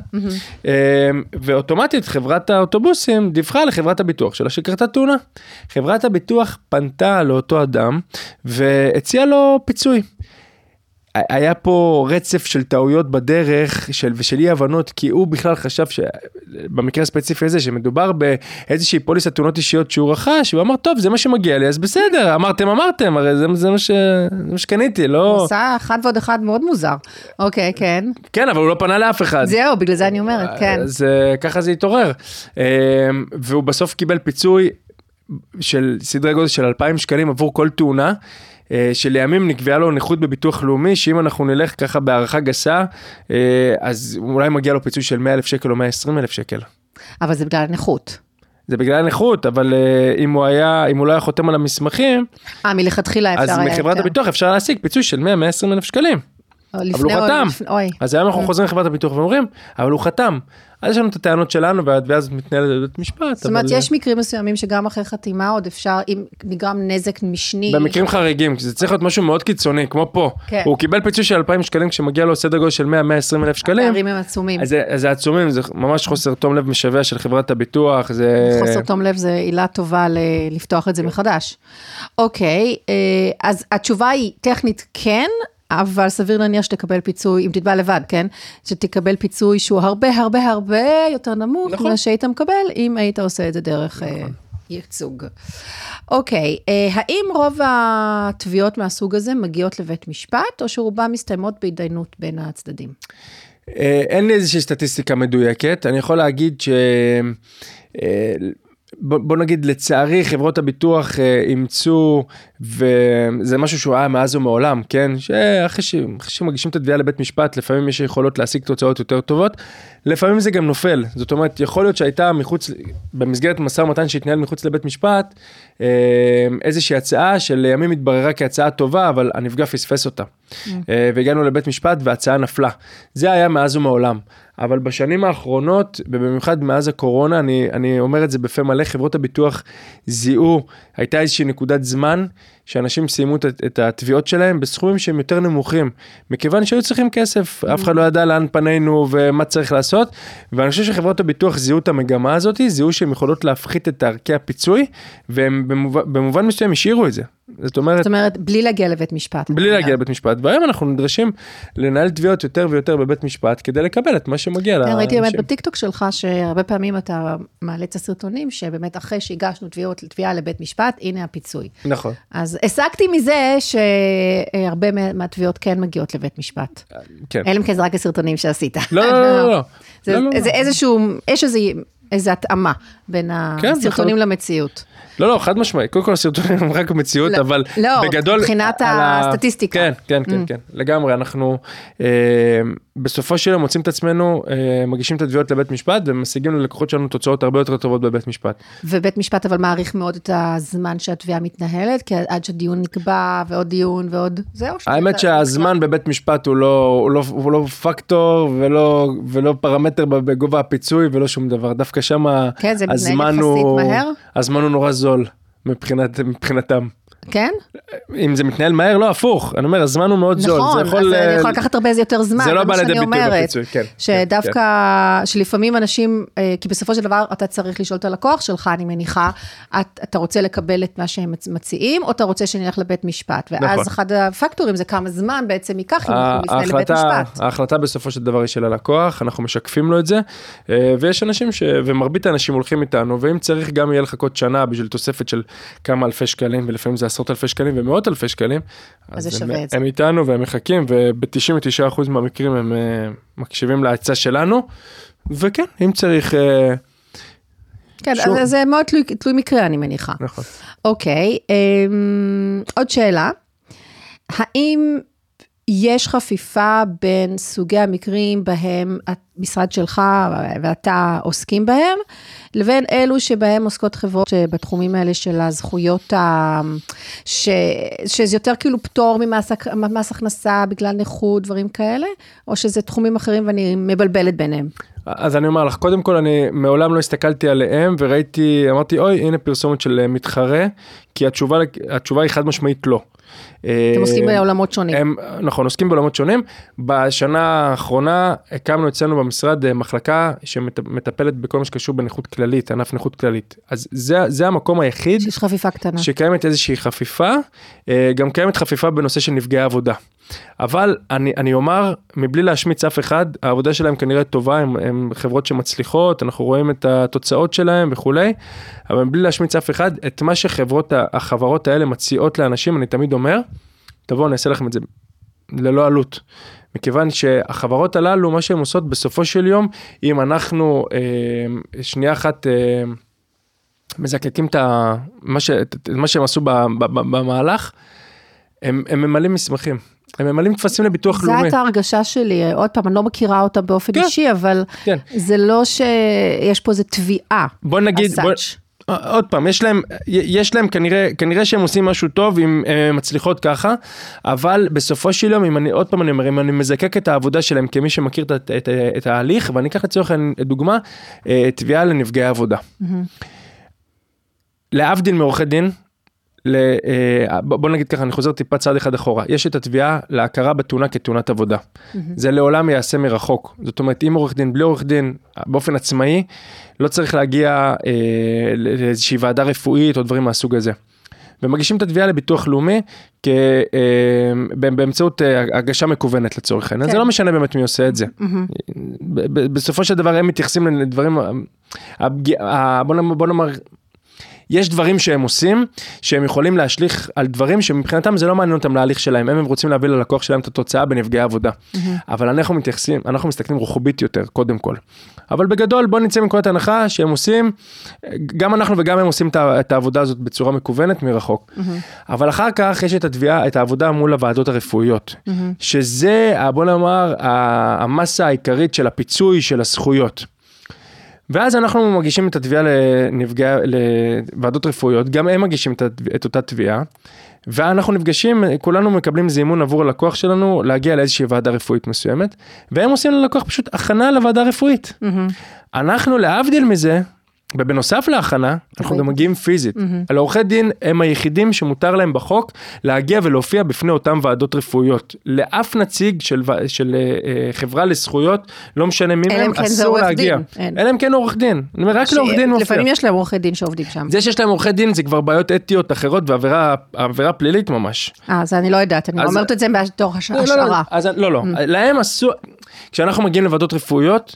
ואוטומטית חברת האוטובוסים דיווחה לחברת הביטוח שלה שקרתה תאונה. חברת הביטוח פנתה לאותו אדם והציעה לו פיצוי. היה פה רצף של טעויות בדרך ושל אי הבנות, כי הוא בכלל חשב שבמקרה הספציפי הזה, שמדובר באיזושהי פוליסת תאונות אישיות שהוא רכש, הוא אמר, טוב, זה מה שמגיע לי, אז בסדר, אמרתם, הרי זה מה שקניתי, לא... הוא עושה אחד ועוד אחד מאוד מוזר. אוקיי, כן. כן, אבל הוא לא פנה לאף אחד. זהו, בגלל זה אני אומרת, כן. אז ככה זה התעורר. והוא בסוף קיבל פיצוי של סדרי גודל של 2,000 שקלים עבור כל תאונה, שלימים נקבעה לו נכות בביטוח לאומי, שאם אנחנו נלך ככה בהערכה גסה, אז אולי מגיע לו פיצוי של 100,000 שקל או 120,000 שקל. אבל זה בגלל הנכות. זה בגלל הנכות, אבל אם הוא לא היה חותם על המסמכים, מלכתחילה אפשר היה... אז מחברת הביטוח אפשר להשיג פיצוי של 100,000-120,000 שקלים. אבל הוא חתם. אז היום אנחנו חוזרים לחברת הביטוח ואומרים, אבל הוא חתם. אז יש לנו את הטענות שלנו, ואז מתנהלת בבית משפט. זאת אומרת, יש מקרים מסוימים שגם אחרי חתימה עוד אפשר, אם נגרם נזק משני. במקרים חריגים, כי זה צריך להיות משהו מאוד קיצוני, כמו פה. הוא קיבל פיצוי של 2,000 שקלים, כשמגיע לו סדר גודל של 100-120,000 שקלים. הפערים הם עצומים. אז זה עצומים, זה ממש חוסר תום לב משווע של חברת הביטוח. חוסר תום לב זה עילה טובה לפתוח את זה מחדש. אוקיי, אז התשובה היא טכנית כן, אבל סביר להניח שתקבל פיצוי, אם תתבע לבד, כן? שתקבל פיצוי שהוא הרבה הרבה הרבה יותר נמוך, ממה שהיית מקבל, אם היית עושה את זה דרך ייצוג. אוקיי, האם רוב התביעות מהסוג הזה מגיעות לבית משפט, או שרובם מסתיימות בהתדיינות בין הצדדים? אין לי איזושהי סטטיסטיקה מדויקת, אני יכול להגיד בוא נגיד, לצערי, חברות הביטוח אימצו, וזה משהו שהוא היה מאז ומעולם, כן? שאחרי שמגישים את התביעה לבית משפט, לפעמים יש יכולות להשיג תוצאות יותר טובות, לפעמים זה גם נופל. זאת אומרת, יכול להיות שהייתה במסגרת משא ומתן שהתנהל מחוץ לבית משפט, איזושהי הצעה שלימים התבררה כהצעה טובה, אבל הנפגע פספס אותה. והגענו לבית משפט וההצעה נפלה. זה היה מאז ומעולם. אבל בשנים האחרונות, ובמיוחד מאז הקורונה, אני אומר את זה בפה מלא, חברות הביטוח זיהו, הייתה איזושהי נקודת זמן, שאנשים סיימו את התביעות שלהם בסכומים שהם יותר נמוכים, מכיוון שהיו צריכים כסף, אף אחד לא ידע לאן פנינו ומה צריך לעשות, ואני חושב שחברות הביטוח זיהו את המגמה הזאת, זיהו שהן יכולות להפחית את ערכי הפיצוי, והם במובן מסוים השאירו את זה. זאת אומרת, בלי להגיע לבית משפט. בלי להגיע לבית משפט, והיום אנחנו נדרשים לנהל תביעות יותר ויותר בבית משפט, כדי לקבל את מה שמגיע לאנשים. ראיתי באמת בטיקטוק שלך, שהרבה פעמים אתה מעלה את הסרטונים, שבאמת אחרי שהגשנו תביעה לבית משפט, הנה הפיצוי. נכון. אז השגתי מזה שהרבה מהתביעות כן מגיעות לבית משפט. כן. אלא אם כן זה רק הסרטונים שעשית. לא. זה יש איזו התאמה בין הסרטונים למציאות. לא, חד משמעי. קודם כל הסרטונים הם רק המציאות, אבל בגדול... לא, מבחינת הסטטיסטיקה. כן, לגמרי. אנחנו בסופו של יום מוצאים את עצמנו, מגישים את התביעות לבית משפט, ומשיגים ללקוחות שלנו תוצאות הרבה יותר טובות בבית משפט. ובית משפט אבל מעריך מאוד את הזמן שהתביעה מתנהלת, כי עד שהדיון נקבע, ועוד דיון, ועוד... האמת שהזמן בבית משפט הוא לא פקטור, ולא פרמטר בגובה הפיצוי, ולא שום דבר. דווקא שם הזמן הוא נורא זול מבחינתם. כן? אם זה מתנהל מהר, לא הפוך. אני אומר, הזמן הוא מאוד זול. נכון, אז זה יכול לקחת הרבה יותר זמן. זה לא בא לידי ביטוי בפיצוי, כן. שדווקא, שלפעמים אנשים, כי בסופו של דבר אתה צריך לשאול את הלקוח שלך, אני מניחה, אתה רוצה לקבל את מה שהם מציעים, או אתה רוצה שנלך לבית משפט. ואז אחד הפקטורים זה כמה זמן בעצם ייקח אם אנחנו נפנה לבית משפט. ההחלטה בסופו של דבר היא של הלקוח, אנחנו משקפים לו את זה, ויש אנשים ומרבית האנשים הולכים איתנו, ואם צריך גם יהיה לחכות שנה בשביל תוספת של כמה אלפי שקלים, ולפעמים זה 10,000 שקלים ומאות אלפי שקלים, אז הם איתנו והם מחכים, וב-99% מהמקרים הם מקשיבים להצעה שלנו, וכן, אם צריך... כן, אז זה מאוד תלוי מקרה, אני מניחה. נכון. אוקיי, עוד שאלה, האם יש חפיפה בין סוגי המקרים בהם המשרד שלך ואתה עוסקים בהם, לבין אלו שבהם עוסקות חברות שבתחומים האלה של הזכויות, שזה יותר כאילו פטור ממס הכנסה בגלל נכות, דברים כאלה, או שזה תחומים אחרים ואני מבלבלת ביניהם? אז אני אומר לך, קודם כל אני מעולם לא הסתכלתי עליהם וראיתי, אמרתי, אוי, הנה פרסומת של מתחרה, כי התשובה היא חד משמעית לא. אתם עוסקים בעולמות שונים. נכון, עוסקים בעולמות שונים. בשנה האחרונה הקמנו אצלנו במשרד מחלקה שמטפלת בכל מה שקשור בנכות כללית, ענף נכות כללית. אז זה המקום היחיד. שיש חפיפה קטנה. שקיימת איזושהי חפיפה, גם קיימת חפיפה בנושא של נפגעי עבודה. אבל אני אומר, מבלי להשמיץ אף אחד, העבודה שלהם כנראה טובה, הם חברות שמצליחות, אנחנו רואים את התוצאות שלהם וכולי, אבל מבלי להשמיץ אף אחד, את מה החברות האלה מציעות לאנשים, אני תמיד אומר, תבואו, אני אעשה לכם את זה ללא עלות. מכיוון שהחברות הללו, מה שהן עושות בסופו של יום, אם אנחנו שנייה אחת מזקקים את מה שהם עשו במהלך, הם ממלאים מסמכים. הם ממלאים תפסים לביטוח לאומי. זה הייתה הרגשה שלי, עוד פעם, אני לא מכירה אותה באופן אישי, אבל זה לא שיש פה איזה תביעה. בוא נגיד, עוד פעם, יש להם כנראה שהם עושים משהו טוב, אם הם מצליחות ככה, אבל בסופו של יום, עוד פעם אני אומר, אם אני מזקק את העבודה שלהם, כמי שמכיר את ההליך, ואני אקח לצורך דוגמה, תביעה לנפגעי עבודה. להבדיל מעורכי דין, בוא נגיד ככה, אני חוזר טיפה צעד אחד אחורה, יש את התביעה להכרה בתאונה כתאונת עבודה, זה לעולם יעשה מרחוק, זאת אומרת, אם עורך דין, בלי עורך דין, באופן עצמאי, לא צריך להגיע לאיזושהי ועדה רפואית או דברים מהסוג הזה, ומגישים את התביעה לביטוח לאומי, באמצעות הגשה מקוונת לצורך העניין, זה לא משנה באמת מי עושה את זה, בסופו של דבר הם מתייחסים לדברים, בוא נאמר, יש דברים שהם עושים, שהם יכולים להשליך על דברים שמבחינתם זה לא מעניין אותם להליך שלהם, הם רוצים להביא ללקוח שלהם את התוצאה בנפגעי עבודה. אבל אנחנו מסתכלים רוחבית יותר, קודם כל. אבל בגדול, בוא נצא מנקודת ההנחה שהם עושים, גם אנחנו וגם הם עושים את העבודה הזאת בצורה מקוונת מרחוק. אבל אחר כך יש את העבודה מול הוועדות הרפואיות, שזה, בוא נאמר, המסה העיקרית של הפיצוי של הזכויות. ואז אנחנו מגישים את התביעה לוועדות רפואיות, גם הם מגישים את אותה תביעה, ואנחנו נפגשים, כולנו מקבלים זימון עבור הלקוח שלנו, להגיע לאיזושהי ועדה רפואית מסוימת, והם עושים ללקוח פשוט הכנה לוועדה רפואית. אנחנו להבדיל מזה, ובנוסף להכנה, אנחנו גם מגיעים פיזית. על עורכי דין הם היחידים שמותר להם בחוק להגיע ולהופיע בפני אותם ועדות רפואיות. לאף נציג של חברה לזכויות, לא משנה מי מהם, אסור להגיע. אלא אם כן עורך דין. רק לעורך דין מופיע. לפעמים יש להם עורכי דין שעובדים שם. זה שיש להם עורכי דין זה כבר בעיות אתיות אחרות ועבירה פלילית ממש. אז אני לא יודעת, אני אומרת את זה בתור השערה. לא, להם אסור, כשאנחנו מגיעים לוועדות רפואיות,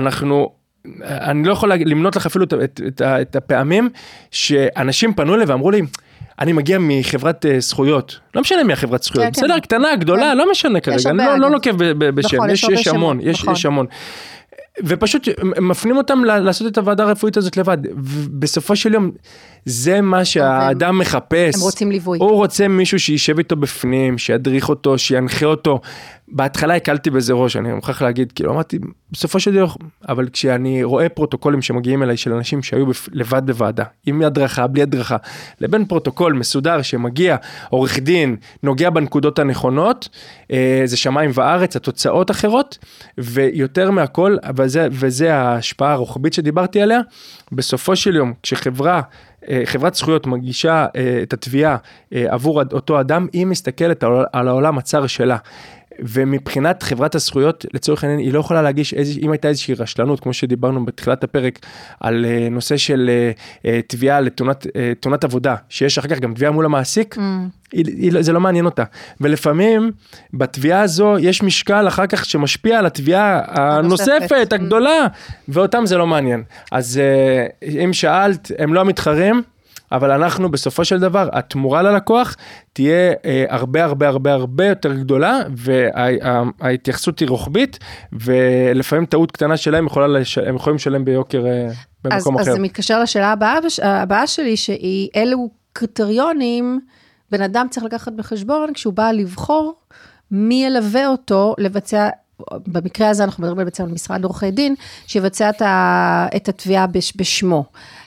אני לא יכול למנות לך אפילו את הפעמים שאנשים פנו לי ואמרו לי, אני מגיע מחברת זכויות, לא משנה מהחברת זכויות, בסדר, קטנה, גדולה, לא משנה כרגע, אני לא נוקב בשם, יש המון, יש המון. ופשוט מפנים אותם לעשות את הוועדה הרפואית הזאת לבד, ובסופו של יום, זה מה שהאדם מחפש. הם רוצים ליווי. הוא רוצה מישהו שישב איתו בפנים, שידריך אותו, שינחה אותו. בהתחלה הקלתי בזה ראש, אני מוכרח להגיד, כאילו אמרתי, בסופו של דבר, אבל כשאני רואה פרוטוקולים שמגיעים אליי של אנשים שהיו לבד בוועדה, עם הדרכה, בלי הדרכה, לבין פרוטוקול מסודר שמגיע, עורך דין, נוגע בנקודות הנכונות, זה שמיים וארץ, התוצאות אחרות, ויותר מהכל, וזה ההשפעה הרוחבית שדיברתי עליה, בסופו של יום, כשחברת זכויות מגישה את התביעה עבור אותו אדם, היא מסתכלת על העולם הצר שלה, ומבחינת חברת הזכויות, לצורך העניין, היא לא יכולה להגיש, אם הייתה איזושהי רשלנות, כמו שדיברנו בתחילת הפרק, על נושא של תביעה לתאונת עבודה, שיש אחר כך גם תביעה מול המעסיק, זה לא מעניין אותה. ולפעמים, בתביעה הזו, יש משקל אחר כך שמשפיע על התביעה הנוספת, הגדולה, ואותם זה לא מעניין. אז אם שאלת, הם לא מתחרים, אבל אנחנו בסופו של דבר, התמורה ללקוח תהיה הרבה יותר גדולה, וההתייחסות היא רוחבית, ולפעמים טעות קטנה שלהם הם יכולים לשלם ביוקר במקום אחר. אז זה מתקשר לשאלה הבאה שלי, שהיא אילו קריטריונים בן אדם צריך לקחת בחשבון, כשהוא בא לבחור מי ילווה אותו לבצע, במקרה הזה אנחנו מדברים בעצם על משרד עורכי דין, שיבצע את התביעה בשמו.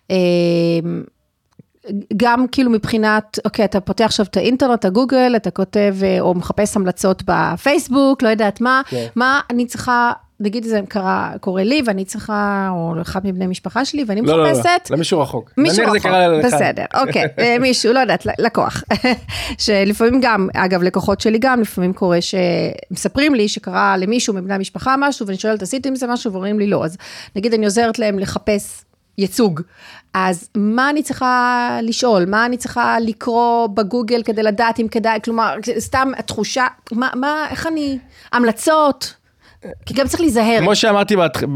גם כאילו מבחינת, אוקיי, אתה פותח עכשיו את האינטרנט, הגוגל, אתה כותב או מחפש המלצות בפייסבוק, לא יודעת מה אני צריכה, נגיד זה קורה לי, ואני צריכה, או אחד מבני משפחה שלי, ואני מחפשת. לא, למישהו רחוק. מישהו רחוק, בסדר, אוקיי, מישהו, לא יודעת, לקוח. שלפעמים גם, אגב, לקוחות שלי גם, לפעמים קורה שמספרים לי שקרה למישהו מבני המשפחה משהו, ואני שואלת, עשיתי עם זה משהו, ואומרים לי לא, אז נגיד אני עוזרת להם לחפש ייצוג, אז מה אני צריכה לשאול? מה אני צריכה לקרוא בגוגל כדי לדעת אם כדאי? כלומר, סתם התחושה, איך אני, המלצות, כי גם צריך להיזהר. כמו שאמרתי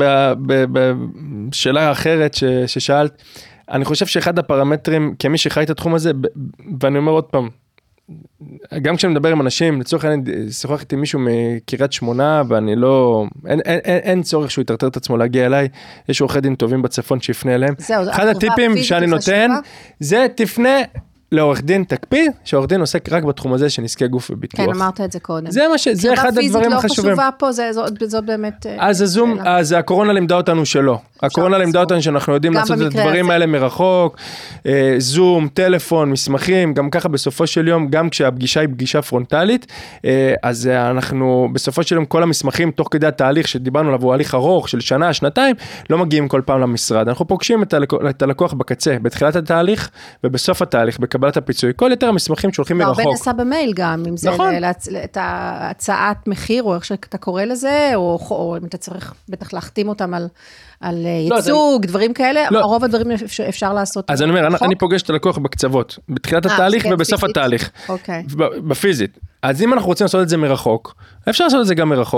בשאלה אחרת ששאלת, אני חושב שאחד הפרמטרים, כמי שחי את התחום הזה, ואני אומר עוד פעם, גם כשאני מדבר עם אנשים, לצורך העניין, שוחחתי עם מישהו מקריית שמונה, ואני לא, אין צורך שהוא יטרטר את עצמו להגיע אליי, יש עורכי דין טובים בצפון שיפנה אליהם. אחד הטיפים שאני נותן, זה תפנה לעורך דין תקפיא, שהעורך דין עוסק רק בתחום הזה של גוף וביטוח. כן, אמרת את זה קודם. זה אחד הדברים החשובים. פיזית לא חשובה פה, זאת באמת... אז הקורונה לימדה אותנו שלא. הקורונה לימדה אותנו שאנחנו יודעים לעשות את הדברים האלה מרחוק, זום, טלפון, מסמכים, גם ככה בסופו של יום, גם כשהפגישה היא פגישה פרונטלית, אז אנחנו בסופו של יום כל המסמכים, תוך כדי התהליך שדיברנו עליו, הוא הליך ארוך של שנה, שנתיים, לא מגיעים כל פעם למשרד. אנחנו פוגשים את הלקוח בקצה, בתחילת התהליך ובסוף התהליך, בקבלת הפיצוי. כל יותר המסמכים שהולכים מרחוק. הרבה נעשה במייל גם, אם זה את ההצעת מחיר, או איך שאתה קורא לזה, או אם אתה צריך בטח להחתים אותם על ייצוג, דברים כאלה, הרוב הדברים אפשר לעשות. אז אני אומר, אני פוגש את הלקוח בקצוות, בתחילת התהליך ובסוף התהליך, בפיזית. אז אם אנחנו רוצים לעשות את זה מרחוק, אפשר לעשות את זה גם מרחוק,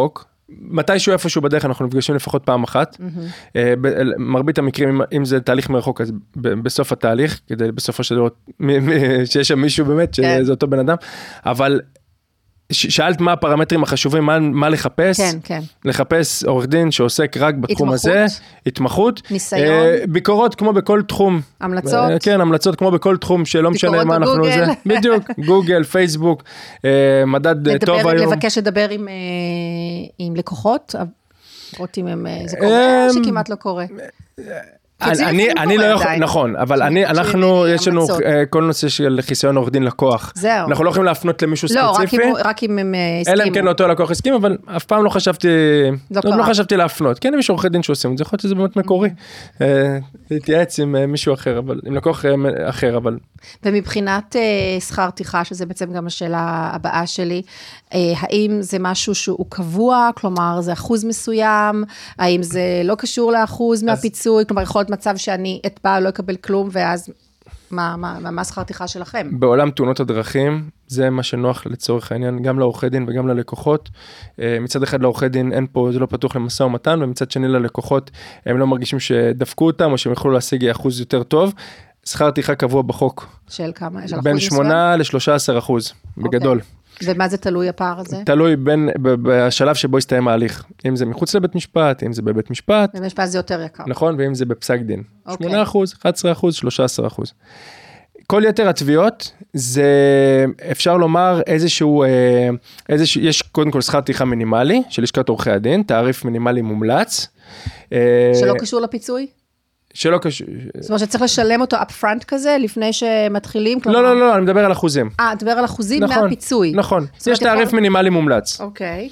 מתישהו איפשהו בדרך אנחנו נפגשים לפחות פעם אחת, מרבית המקרים, אם זה תהליך מרחוק, אז בסוף התהליך, כדי בסופו של דבר, שיש שם מישהו באמת, שזה אותו בן אדם, אבל שאלת מה הפרמטרים החשובים, מה לחפש? כן, כן. לחפש עורך דין שעוסק רק בתחום הזה, התמחות, ניסיון, ביקורות כמו בכל תחום. המלצות. כן, המלצות כמו בכל תחום, שלא משנה מה אנחנו זה. בדיוק, גוגל, פייסבוק, מדד טוב היום. לבקש לדבר עם לקוחות, לראות אם זה קורה, או שכמעט לא קורה. אני לא יכול, נכון, אבל אנחנו, יש לנו כל נושא של חיסיון עורך דין לקוח. זהו. אנחנו לא יכולים להפנות למישהו ספציפי. לא, רק אם הם הסכימו. אלא אם כן לאותו לקוח הסכים, אבל אף פעם לא חשבתי להפנות. כן, אם יש עורכי דין שעושים את זה, יכול להיות שזה באמת מקורי. להתייעץ עם מישהו אחר, עם לקוח אחר, אבל... ומבחינת שכר טרחה, שזה בעצם גם השאלה הבאה שלי, האם זה משהו שהוא קבוע, כלומר זה אחוז מסוים, האם זה לא קשור לאחוז מהפיצוי, כלומר יכול להיות מצב שאני אתבע לא אקבל כלום, ואז מה שכר טרחה שלכם? בעולם תאונות הדרכים, זה מה שנוח לצורך העניין, גם לעורכי דין וגם ללקוחות. מצד אחד לעורכי דין אין פה, זה לא פתוח למשא ומתן, ומצד שני ללקוחות, הם לא מרגישים שדפקו אותם, או שהם יכולו להשיג אחוז יותר טוב. שכר טרחה קבוע בחוק. של כמה? בין 8 ל-13%, בגדול. ומה זה תלוי הפער הזה? תלוי בשלב שבו יסתיים ההליך. אם זה מחוץ לבית משפט, אם זה בבית משפט. בבית משפט זה יותר יקר. נכון, ואם זה בפסק דין. 8%, 11%, 13%. כל יתר התביעות, זה אפשר לומר איזשהו, יש קודם כל שכר טרחה מינימלי, של לשכת עורכי הדין, תעריף מינימלי מומלץ. שלא קשור לפיצוי? שלא קשור. זאת אומרת שצריך לשלם אותו up front כזה, לפני שמתחילים? לא, אני מדבר על אחוזים. מדבר על אחוזים מהפיצוי. נכון, יש תעריף מינימלי מומלץ. אוקיי.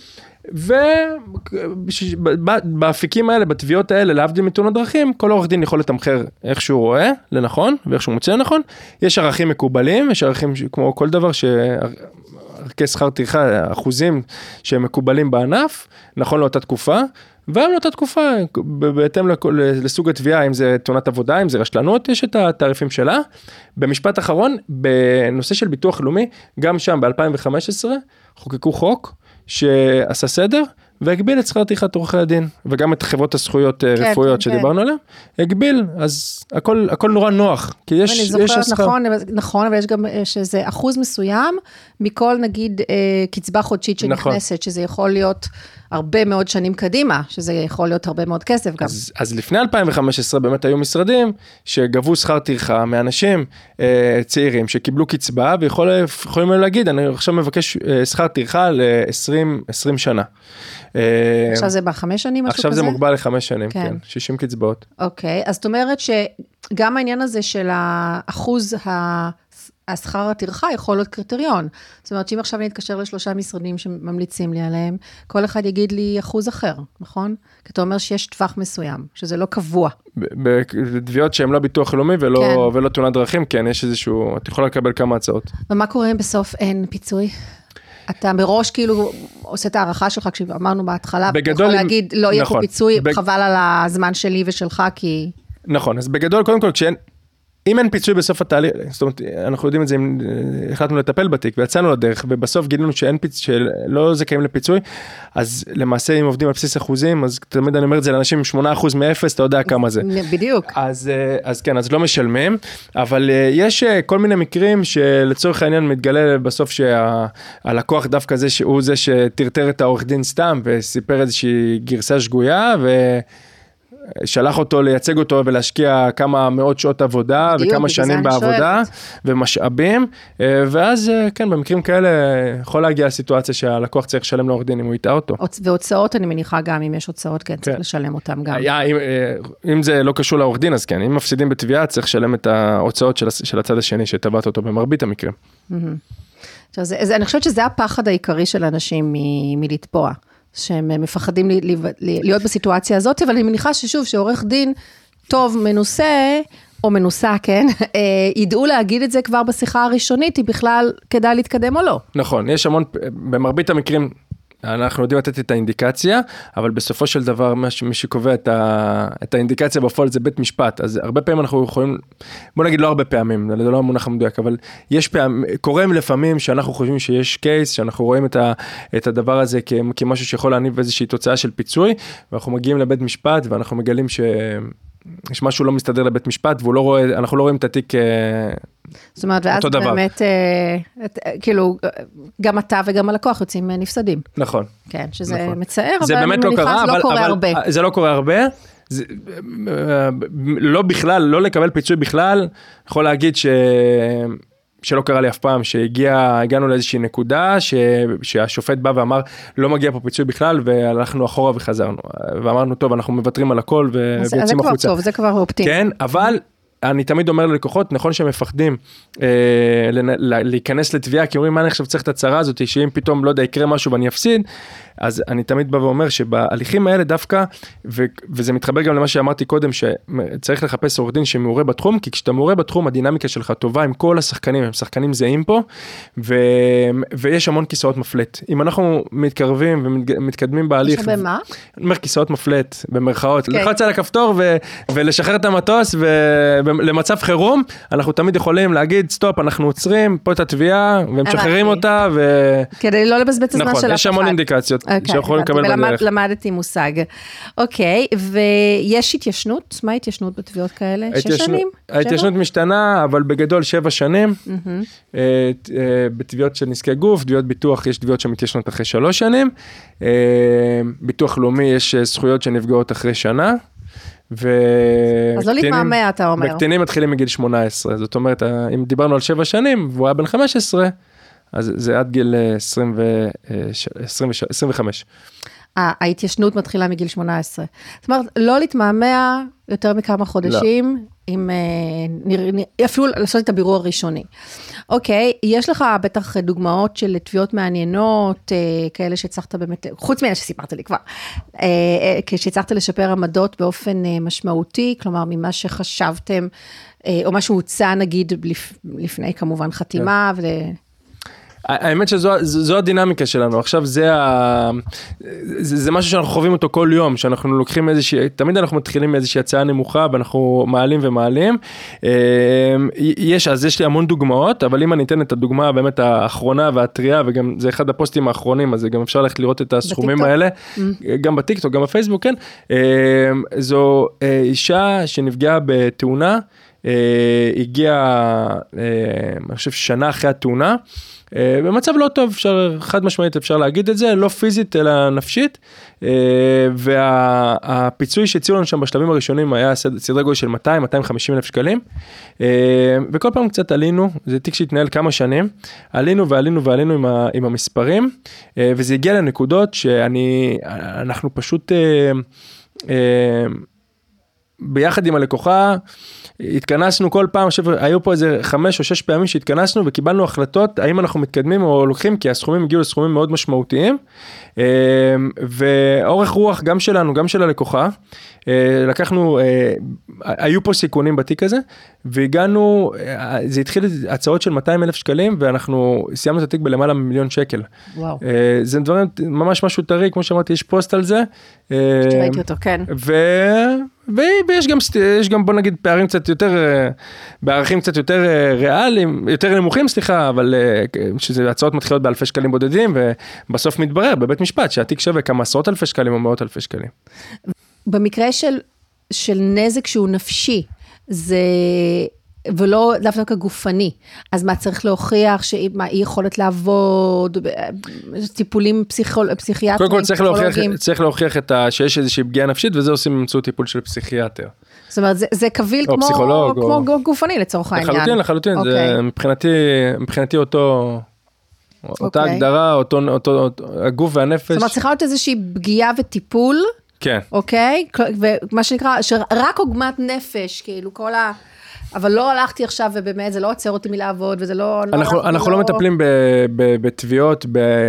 ובאפיקים האלה, בתביעות האלה, להבדיל מתאונות דרכים, כל עורך דין יכול לתמחר איך שהוא רואה, לנכון, ואיך שהוא מוצא לנכון. יש ערכים מקובלים, יש ערכים כמו כל דבר, ערכי שכר טרחה, אחוזים שהם מקובלים בענף, נכון לאותה תקופה, והם לאותה תקופה, בהתאם לסוג התביעה, אם זה תאונת עבודה, אם זה רשלנות, יש את התעריפים שלה. במשפט אחרון, בנושא של ביטוח לאומי, גם שם ב-2015, חוקקו חוק שעשה סדר, והגביל את שכר טרחת עורכי הדין, וגם את חברות הזכויות רפואיות שדיברנו עליהן, הגביל, אז הכל נורא נוח, כי יש השכר. נכון, אבל יש גם שזה אחוז מסוים, מכל נגיד קצבה חודשית שנכנסת, שזה יכול להיות הרבה מאוד שנים קדימה, שזה יכול להיות הרבה מאוד כסף גם. אז לפני 2015 באמת היו משרדים, שגבו שכר טרחה מאנשים צעירים, שקיבלו קצבה, ויכולים להגיד, אני עכשיו מבקש שכר טרחה ל-20 שנה. עכשיו זה ב5 שנים משהו כזה? עכשיו זה מוגבל ל5 שנים, כן, 60 קצבאות. אוקיי, אז זאת אומרת שגם העניין הזה של האחוז השכר הטרחה יכול להיות קריטריון. זאת אומרת שאם עכשיו אני אתקשר ל3 משרדים שממליצים לי עליהם, כל אחד יגיד לי אחוז אחר, נכון? כי אתה אומר שיש טווח מסוים, שזה לא קבוע. בתביעות שהן לא ביטוח לאומי ולא תאונת דרכים, כן, יש איזשהו, את יכולה לקבל כמה הצעות. ומה קורה אם בסוף אין פיצוי? אתה מראש כאילו עושה את הערכה שלך, כשאמרנו בהתחלה, אתה יכול להגיד, לא יהיה פה פיצוי, חבל על הזמן שלי ושלך, כי... נכון, אז בגדול, קודם כל, אם אין פיצוי בסוף התהליך, זאת אומרת, אנחנו יודעים את זה, אם החלטנו לטפל בתיק, ויצאנו לדרך, ובסוף גילינו שאין פיצוי, שלא זכאים לפיצוי, אז למעשה, אם עובדים על בסיס אחוזים, אז תמיד אני אומר את זה לאנשים, 8% מ-0, אתה יודע כמה זה. בדיוק. אז כן, אז לא משלמים, אבל יש כל מיני מקרים, שלצורך העניין מתגלה בסוף שהלקוח דווקא זה, שהוא זה שטרטר את העורך דין סתם, וסיפר איזושהי גרסה שגויה, שלח אותו לייצג אותו ולהשקיע כמה מאות שעות עבודה וכמה שנים בעבודה ומשאבים, ואז כן, במקרים כאלה יכול להגיע לסיטואציה שהלקוח צריך לשלם לעורך דין אם הוא יטעה אותו. והוצאות אני מניחה גם, אם יש הוצאות, כן, צריך לשלם אותם גם. אם זה לא קשור לעורך דין, אז כן, אם מפסידים בתביעה, צריך לשלם את ההוצאות של הצד השני שטבעת אותו במרבית המקרים. אני חושבת שזה הפחד העיקרי של אנשים מלתבוע. שהם מפחדים להיות בסיטואציה הזאת, אבל אני מניחה ששוב, שעורך דין טוב מנוסה, או מנוסה, כן, ידעו להגיד את זה כבר בשיחה הראשונית, היא בכלל כדאי להתקדם או לא. נכון, יש המון, במרבית המקרים, אנחנו יודעים לתת את האינדיקציה, אבל בסופו של דבר, מי שקובע את האינדיקציה בפועל זה בית משפט, אז הרבה פעמים אנחנו יכולים, בוא נגיד לא הרבה פעמים, זה לא המונח המדויק, אבל יש קוראים לפעמים שאנחנו חושבים שיש קייס, שאנחנו רואים את הדבר הזה כמשהו שיכול להניב איזושהי תוצאה של פיצוי, ואנחנו מגיעים לבית משפט, ואנחנו מגלים יש משהו לא מסתדר לבית משפט, אנחנו לא רואים את התיק זאת אומרת, ואז באמת, כאילו, גם אתה וגם הלקוח יוצאים נפסדים. נכון. כן, שזה מצער, אבל אני מניחה שזה לא קורה הרבה. זה לא קורה הרבה, לא בכלל, לא לקבל פיצוי בכלל, יכול להגיד שלא קרה לי אף פעם, שהגענו לאיזושהי נקודה, שהשופט בא ואמר, לא מגיע פה פיצוי בכלל, והלכנו אחורה וחזרנו. ואמרנו, טוב, אנחנו מוותרים על הכל, ויוצאים החוצה. זה כבר טוב, זה כבר אופטימי. כן, אבל אני תמיד אומר ללקוחות, נכון שהם מפחדים להיכנס לתביעה, כי אומרים, מה אני עכשיו צריך את הצרה הזאת, שאם פתאום, לא יודע, יקרה משהו ואני אפסיד, אז אני תמיד בא ואומר שבהליכים האלה דווקא, וזה מתחבר גם למה שאמרתי קודם, שצריך לחפש עורך דין שמעורה בתחום, כי כשאתה מעורה בתחום, הדינמיקה שלך טובה עם כל השחקנים, הם שחקנים זהים פה, ויש המון כיסאות מפלט. אם אנחנו מתקרבים ומתקדמים בהליך, יש במה? אני אומר כיסאות מפלט, במרכאות, לחץ על הכפתור ולשחרר את המטוס, ולמצב חירום, אנחנו תמיד יכולים להגיד, סטופ, אנחנו עוצרים פה את התביעה, ומשחררים אותה, כדי לא לבזבז את הזמן של אף אחד. נכון, יש המון אינדיקציות. שיכולים לקבל בדרך. למדתי מושג. אוקיי, ויש התיישנות? מה התיישנות בתביעות כאלה? 6 שנים? ההתיישנות משתנה, אבל בגדול 7 שנים. בתביעות של נזקי גוף, תביעות ביטוח, יש תביעות שמתיישנות אחרי 3 שנים. ביטוח לאומי, יש זכויות שנפגעות אחרי שנה. אז לא להתמהמה, אתה אומר. וקטינים מתחילים מגיל 18. זאת אומרת, אם דיברנו על 7 שנים, והוא היה בן 15, אז זה עד גיל 25. ההתיישנות מתחילה מגיל 18. זאת אומרת, לא להתמהמה יותר מכמה חודשים, אפילו לעשות את הבירור הראשוני. אוקיי, יש לך בטח דוגמאות של תביעות מעניינות, כאלה שהצלחת באמת, חוץ מאלה שסיפרת לי כבר, כשהצלחת לשפר עמדות באופן משמעותי, כלומר, ממה שחשבתם, או מה שהוצא נגיד לפני כמובן חתימה, האמת שזו הדינמיקה שלנו, עכשיו זה משהו שאנחנו חווים אותו כל יום, שאנחנו לוקחים תמיד אנחנו מתחילים מאיזושהי הצעה נמוכה, ואנחנו מעלים ומעלים, אז יש לי המון דוגמאות, אבל אם אני אתן את הדוגמה באמת האחרונה והטריה, וגם זה אחד הפוסטים האחרונים, אז גם אפשר ללכת לראות את הסכומים האלה, גם בטיקטוק, גם בפייסבוק, כן, זו אישה שנפגעה בתאונה, הגיעה, אני חושב, שנה אחרי התאונה, במצב לא טוב, חד משמעית אפשר להגיד את זה, לא פיזית אלא נפשית, והפיצוי שהציעו לנו שם בשלבים הראשונים היה סדרי גודל של 200-250 אלף שקלים, וכל פעם קצת עלינו, זה תיק שהתנהל כמה שנים, עלינו עם המספרים, וזה הגיע לנקודות שאנחנו פשוט ביחד עם הלקוחה, התכנסנו כל פעם, היו פה איזה 5 או 6 פעמים שהתכנסנו וקיבלנו החלטות, האם אנחנו מתקדמים או לוקחים, כי הסכומים הגיעו לסכומים מאוד משמעותיים, ואורך רוח גם שלנו, גם של הלקוחה, לקחנו, היו פה סיכונים בתיק הזה, והגענו, זה התחיל הצעות של 200 אלף שקלים, ואנחנו סיימנו את התיק בלמעלה מ1,000,000 שקל. וואו. זה דברים, ממש משהו טרי, כמו שאמרתי, יש פוסט על זה. ראיתי אותו, כן. ויש גם בוא נגיד פערים קצת יותר, בערכים קצת יותר ריאליים, יותר נמוכים סליחה, אבל שזה הצעות מתחילות באלפי שקלים בודדים, ובסוף מתברר בבית משפט שהתיק שווה כמה עשרות אלפי שקלים או מאות אלפי שקלים. במקרה של נזק שהוא נפשי, זה, ולא דווקא גופני, אז מה צריך להוכיח, שהיא יכולת לעבוד, טיפולים פסיכיאטריים, קודם כל צריך להוכיח שיש איזושהי פגיעה נפשית, וזה עושים באמצעות טיפול של פסיכיאטר. זאת אומרת, זה קביל כמו גופני לצורך העניין. לחלוטין, זה מבחינתי אותה הגדרה, אותו הגוף והנפש. זאת אומרת, צריכה להיות איזושהי פגיעה וטיפול, כן. אוקיי? ומה שנקרא, שרק עוגמת נפש, כאילו כל אבל לא הלכתי עכשיו, ובאמת, זה לא עוצר אותי מלעבוד, וזה לא... אנחנו לא מטפלים בתביעות,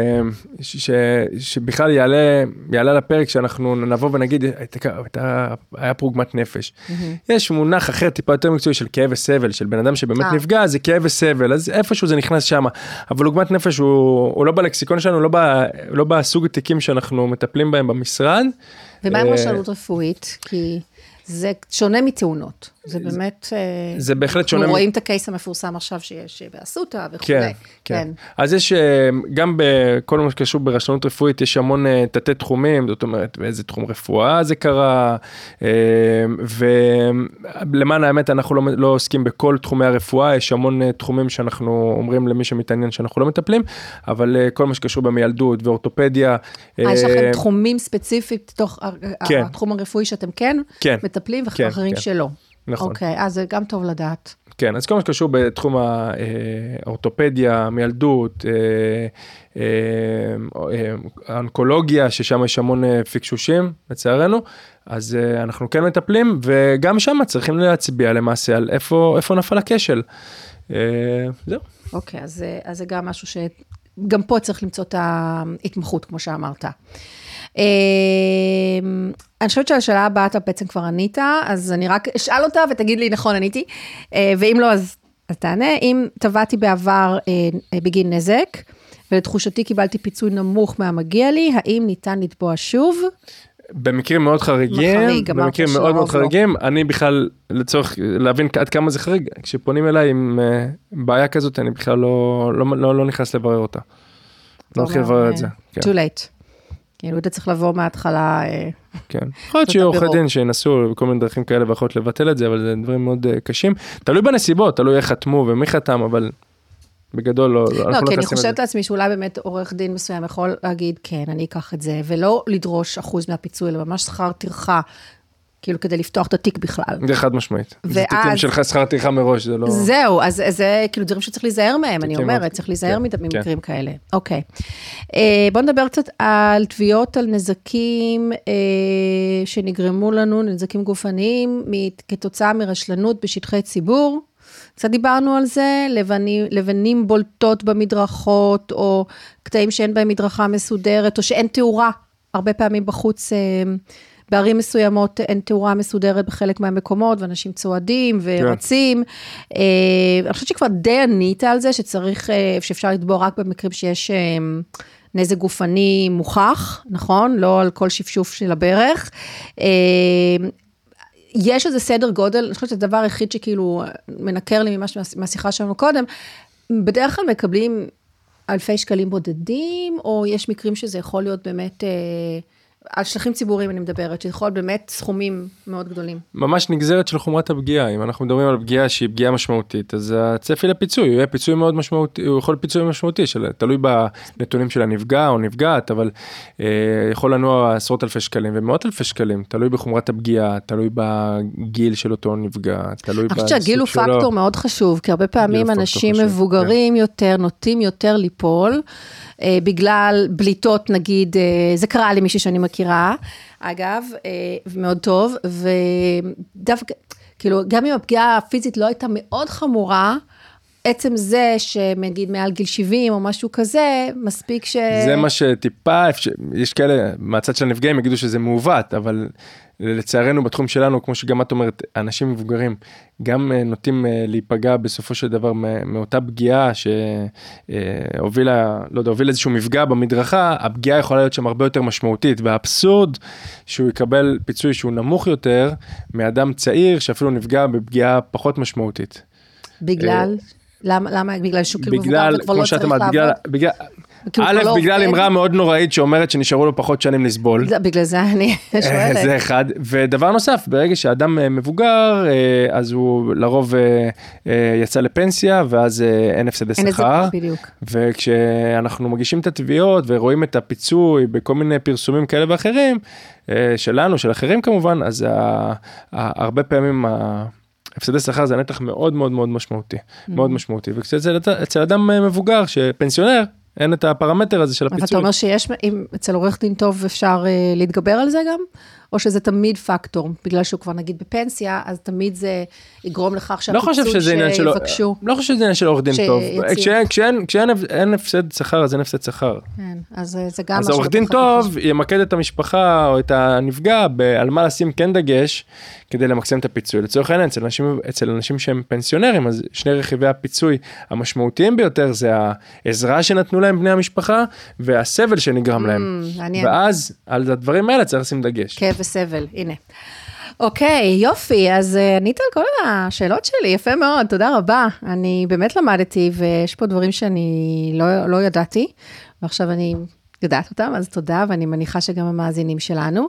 שבכלל יעלה לפרק, שאנחנו נבוא ונגיד, היה פה עוגמת נפש. יש מונח אחר, טיפה יותר מקצועי, של כאב וסבל, של בן אדם שבאמת נפגע, זה כאב וסבל, אז איפשהו זה נכנס שם, אבל עוגמת נפש הוא לא בלקסיקון שלנו, לא בסוג התיקים שאנחנו מטפלים בהם במשרד. ומה עם רשלנות רפואית? כי זה שונה מתאונות. זה באמת... זה בהחלט שונה. אנחנו רואים את הקייס המפורסם עכשיו שיש באסותא וכו'. כן. אז יש, גם בכל מה שקשור ברשלנות רפואית, יש המון תתי תחומים, זאת אומרת, באיזה תחום רפואה זה קרה, ולמען האמת, אנחנו לא עוסקים בכל תחומי הרפואה, יש המון תחומים שאנחנו אומרים למי שמתעניין שאנחנו לא מטפלים, אבל כל מה שקשור במיילדות ואורתופדיה. יש לכם תחומים ספציפית, תוך התחום הרפואי שאתם כן מטפלים, ואחרים שלא. נכון. אוקיי, אז זה גם טוב לדעת. כן, אז כל מה שקשור בתחום האורתופדיה, מיילדות, האונקולוגיה, ששם יש המון פיקשושים, לצערנו, אז אנחנו כן מטפלים, וגם שם צריכים להצביע למעשה על איפה נפל הכשל. זהו. אוקיי, אז זה גם משהו שגם פה צריך למצוא את ההתמחות, כמו שאמרת. אני חושבת שהשאלה הבאה אתה בעצם כבר ענית, אז אני רק אשאל אותה ותגיד לי נכון עניתי, ואם לא אז תענה. אם טבעתי בעבר בגין נזק, ולתחושתי קיבלתי פיצוי נמוך מהמגיע לי, האם ניתן לתבוע שוב? במקרים מאוד חריגים, במקרים מאוד מאוד חריגים, אני בכלל לצורך להבין עד כמה זה חריג, כשפונים אליי עם בעיה כזאת, אני בכלל לא נכנס לברר אותה. לא הולך לברר את זה. too late. כאילו, אתה צריך לבוא מההתחלה. כן. יכול להיות שיהיו עורכי דין שינסו בכל מיני דרכים כאלה ויכולות לבטל את זה, אבל זה דברים מאוד קשים. תלוי בנסיבות, תלוי איך חתמו ומי חתם, אבל בגדול לא. לא, כי אני חושבת לעצמי שאולי באמת עורך דין מסוים יכול להגיד, כן, אני אקח את זה, ולא לדרוש אחוז מהפיצוי, אלא ממש שכר טרחה, כאילו כדי לפתוח את התיק בכלל. זה חד משמואית. זה תיקים שלך שכר טרחה מראש, זה לא... זהו, אז זה כאילו דברים שצריך להיזהר מהם, אני אומרת, צריך להיזהר ממקרים כאלה. אוקיי. בואו נדבר קצת על תביעות, על נזקים שנגרמו לנו, נזקים גופניים, כתוצאה מרשלנות בשטחי ציבור. קצת דיברנו על זה, לבנים בולטות במדרכות, או קטעים שאין בהם מדרכה מסודרת, או שאין תאורה, הרבה פעמים בחוץ... בערים מסוימות אין תאורה מסודרת בחלק מהמקומות, ואנשים צועדים ורצים. אני חושבת שכבר די ענית על זה, שאפשר לתבוע רק במקרים שיש נזק גופני מוכח, נכון? לא על כל שפשוף של הברך. יש איזה סדר גודל, אני חושבת שזה הדבר היחיד שכאילו מנקר לי ממש מהשיחה שלנו קודם, בדרך כלל מקבלים אלפי שקלים בודדים, או יש מקרים שזה יכול להיות באמת... על שטחים ציבוריים אני מדברת, שיכול באמת סכומים מאוד גדולים. ממש נגזרת של חומרת הפגיעה, אם אנחנו מדברים על פגיעה שהיא פגיעה משמעותית, אז הצפי לפיצוי, הוא יהיה פיצוי מאוד משמעותי, הוא יכול פיצוי משמעותי, תלוי בנתונים של הנפגע או נפגעת, אבל יכול לנוע עשרות אלפי שקלים ומאות אלפי שקלים, תלוי בחומרת הפגיעה, תלוי בגיל של אותו נפגע, תלוי אני חושבת שהגיל הוא פקטור מאוד חשוב, כי הרבה פעמים אנשים מבוגרים יותר, נוטים יותר ליפול, בגלל בליטות נגיד, זה קרה לי מישהי שאני מכירה, אגב, מאוד טוב, ודווקא, כאילו, גם אם הפגיעה הפיזית לא הייתה מאוד חמורה, עצם זה שמגיד מעל גיל 70 או משהו כזה, מספיק זה מה שטיפה, יש כאלה, מהצד של הנפגעים יגידו שזה מעוות, אבל לצערנו בתחום שלנו, כמו שגם את אומרת, אנשים מבוגרים, גם נוטים להיפגע בסופו של דבר מאותה פגיעה שהובילה, לא יודע, הובילה איזשהו מפגע במדרכה, הפגיעה יכולה להיות שם הרבה יותר משמעותית, והאבסורד שהוא יקבל פיצוי שהוא נמוך יותר, מאדם צעיר שאפילו נפגע בפגיעה פחות משמעותית. בגלל? למה? בגלל שהוא כאילו מבוגר וכבר לא צריך לעבוד? א', בגלל אמרה מאוד נוראית שאומרת שנשארו לו פחות שנים לסבול. בגלל זה אני שואלת. זה אחד. ודבר נוסף, ברגע שאדם מבוגר, אז הוא לרוב יצא לפנסיה, ואז אין הפסדי שכר. וכשאנחנו מגישים את התביעות ורואים את הפיצוי בכל מיני פרסומים כאלה ואחרים, שלנו, של אחרים כמובן, אז הרבה פעמים הפסדי שכר זה נתח מאוד מאוד מאוד משמעותי, מאוד משמעותי. וכשזה אצל אדם מבוגר שפנסיונר, אין את הפרמטר הזה של הפיצוי. אבל אתה אומר שיש, אם אצל עורך דין טוב אפשר להתגבר על זה גם? או שזה תמיד פקטור, בגלל שהוא כבר נגיד בפנסיה, אז תמיד זה יגרום לכך שהפיצוי שיבקשו. לא חושב שזה עניין של עורך דין טוב. כשאין הפסד שכר, אז אין הפסד שכר. כן, אז זה גם אז העורך דין טוב ימקד את המשפחה או את הנפגע על מה לשים כן דגש, כדי למקסם את הפיצוי. לצורך העניין, אצל אנשים שהם פנסיונרים, אז שני רכיבי הפיצוי המשמעותיים ביותר, זה העזרה שנתנו להם בני המשפחה, והסבל שנגרם להם. ואז על הדברים האלה צריך לשים דגש. כאב וסבל, הנה. אוקיי, יופי, אז ענית על כל השאלות שלי, יפה מאוד, תודה רבה. אני באמת למדתי, ויש פה דברים שאני לא ידעתי, ועכשיו אני יודעת אותם, אז תודה, ואני מניחה שגם המאזינים שלנו.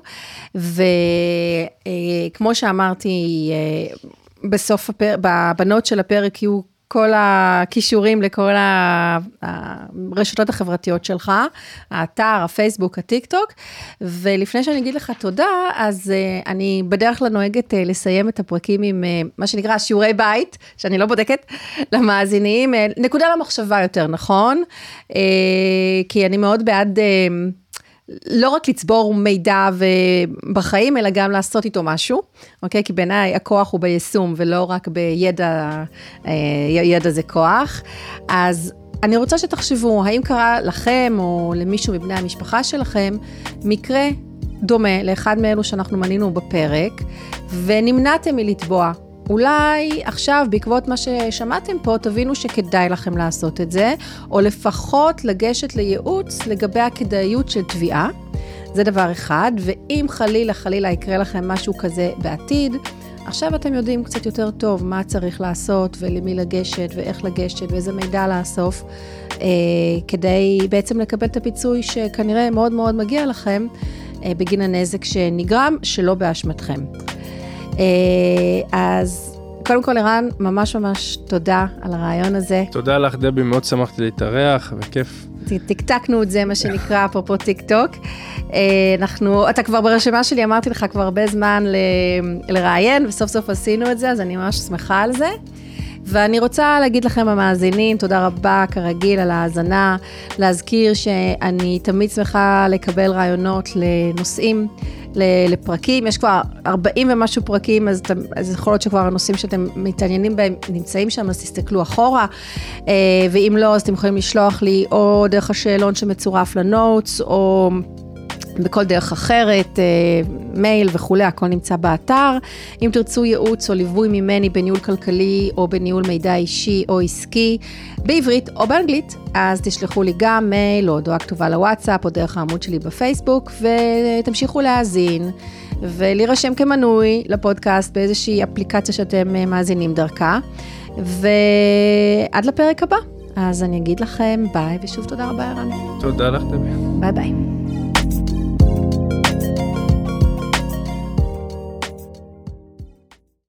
וכמו שאמרתי, בסוף בבנות של הפרק יהיו כל הקישורים לכל הרשתות החברתיות שלך, האתר, הפייסבוק, הטיק טוק, ולפני שאני אגיד לך תודה, אז אני בדרך כלל נוהגת לסיים את הפרקים עם מה שנקרא שיעורי בית, שאני לא בודקת למאזינים, נקודה למחשבה יותר, נכון? כי אני מאוד בעד לא רק לצבור מידע בחיים, אלא גם לעשות איתו משהו, אוקיי? כי בעיניי הכוח הוא ביישום, ולא רק בידע, ידע זה כוח. אז אני רוצה שתחשבו, האם קרה לכם, או למישהו מבני המשפחה שלכם, מקרה דומה לאחד מאלו שאנחנו מנינו בפרק, ונמנעתם מלתבוע. אולי עכשיו, בעקבות מה ששמעתם פה, תבינו שכדאי לכם לעשות את זה, או לפחות לגשת לייעוץ לגבי הכדאיות של תביעה. זה דבר אחד, ואם חלילה יקרה לכם משהו כזה בעתיד, עכשיו אתם יודעים קצת יותר טוב מה צריך לעשות, ולמי לגשת, ואיך לגשת, ואיזה מידע לאסוף, כדי בעצם לקבל את הפיצוי שכנראה מאוד מאוד מגיע לכם, בגין הנזק שנגרם, שלא באשמתכם. אז קודם כל ערן, ממש תודה על הרעיון הזה. תודה לך דבי, מאוד שמחתי להתארח וכיף. תקתקנו את זה, מה שנקרא, אפרופו טיק טוק. אתה כבר ברשימה שלי, אמרתי לך כבר הרבה זמן לראיין, וסוף סוף עשינו את זה, אז אני ממש שמחה על זה. ואני רוצה להגיד לכם המאזינים, תודה רבה כרגיל על ההאזנה, להזכיר שאני תמיד שמחה לקבל רעיונות לנושאים, לפרקים, יש כבר 40 ומשהו פרקים, אז יכול להיות שכבר הנושאים שאתם מתעניינים בהם נמצאים שם, אז תסתכלו אחורה, ואם לא, אז אתם יכולים לשלוח לי או דרך השאלון שמצורף לנוטס, או בכל דרך אחרת, מייל וכולי, הכל נמצא באתר. אם תרצו ייעוץ או ליווי ממני בניהול כלכלי או בניהול מידע אישי או עסקי, בעברית או באנגלית, אז תשלחו לי גם מייל או הודעה כתובה לוואטסאפ או דרך העמוד שלי בפייסבוק, ותמשיכו להאזין ולהירשם כמנוי לפודקאסט באיזושהי אפליקציה שאתם מאזינים דרכה, ועד לפרק הבא. אז אני אגיד לכם ביי, ושוב תודה רבה ערן. תודה לך דבי. ביי ביי.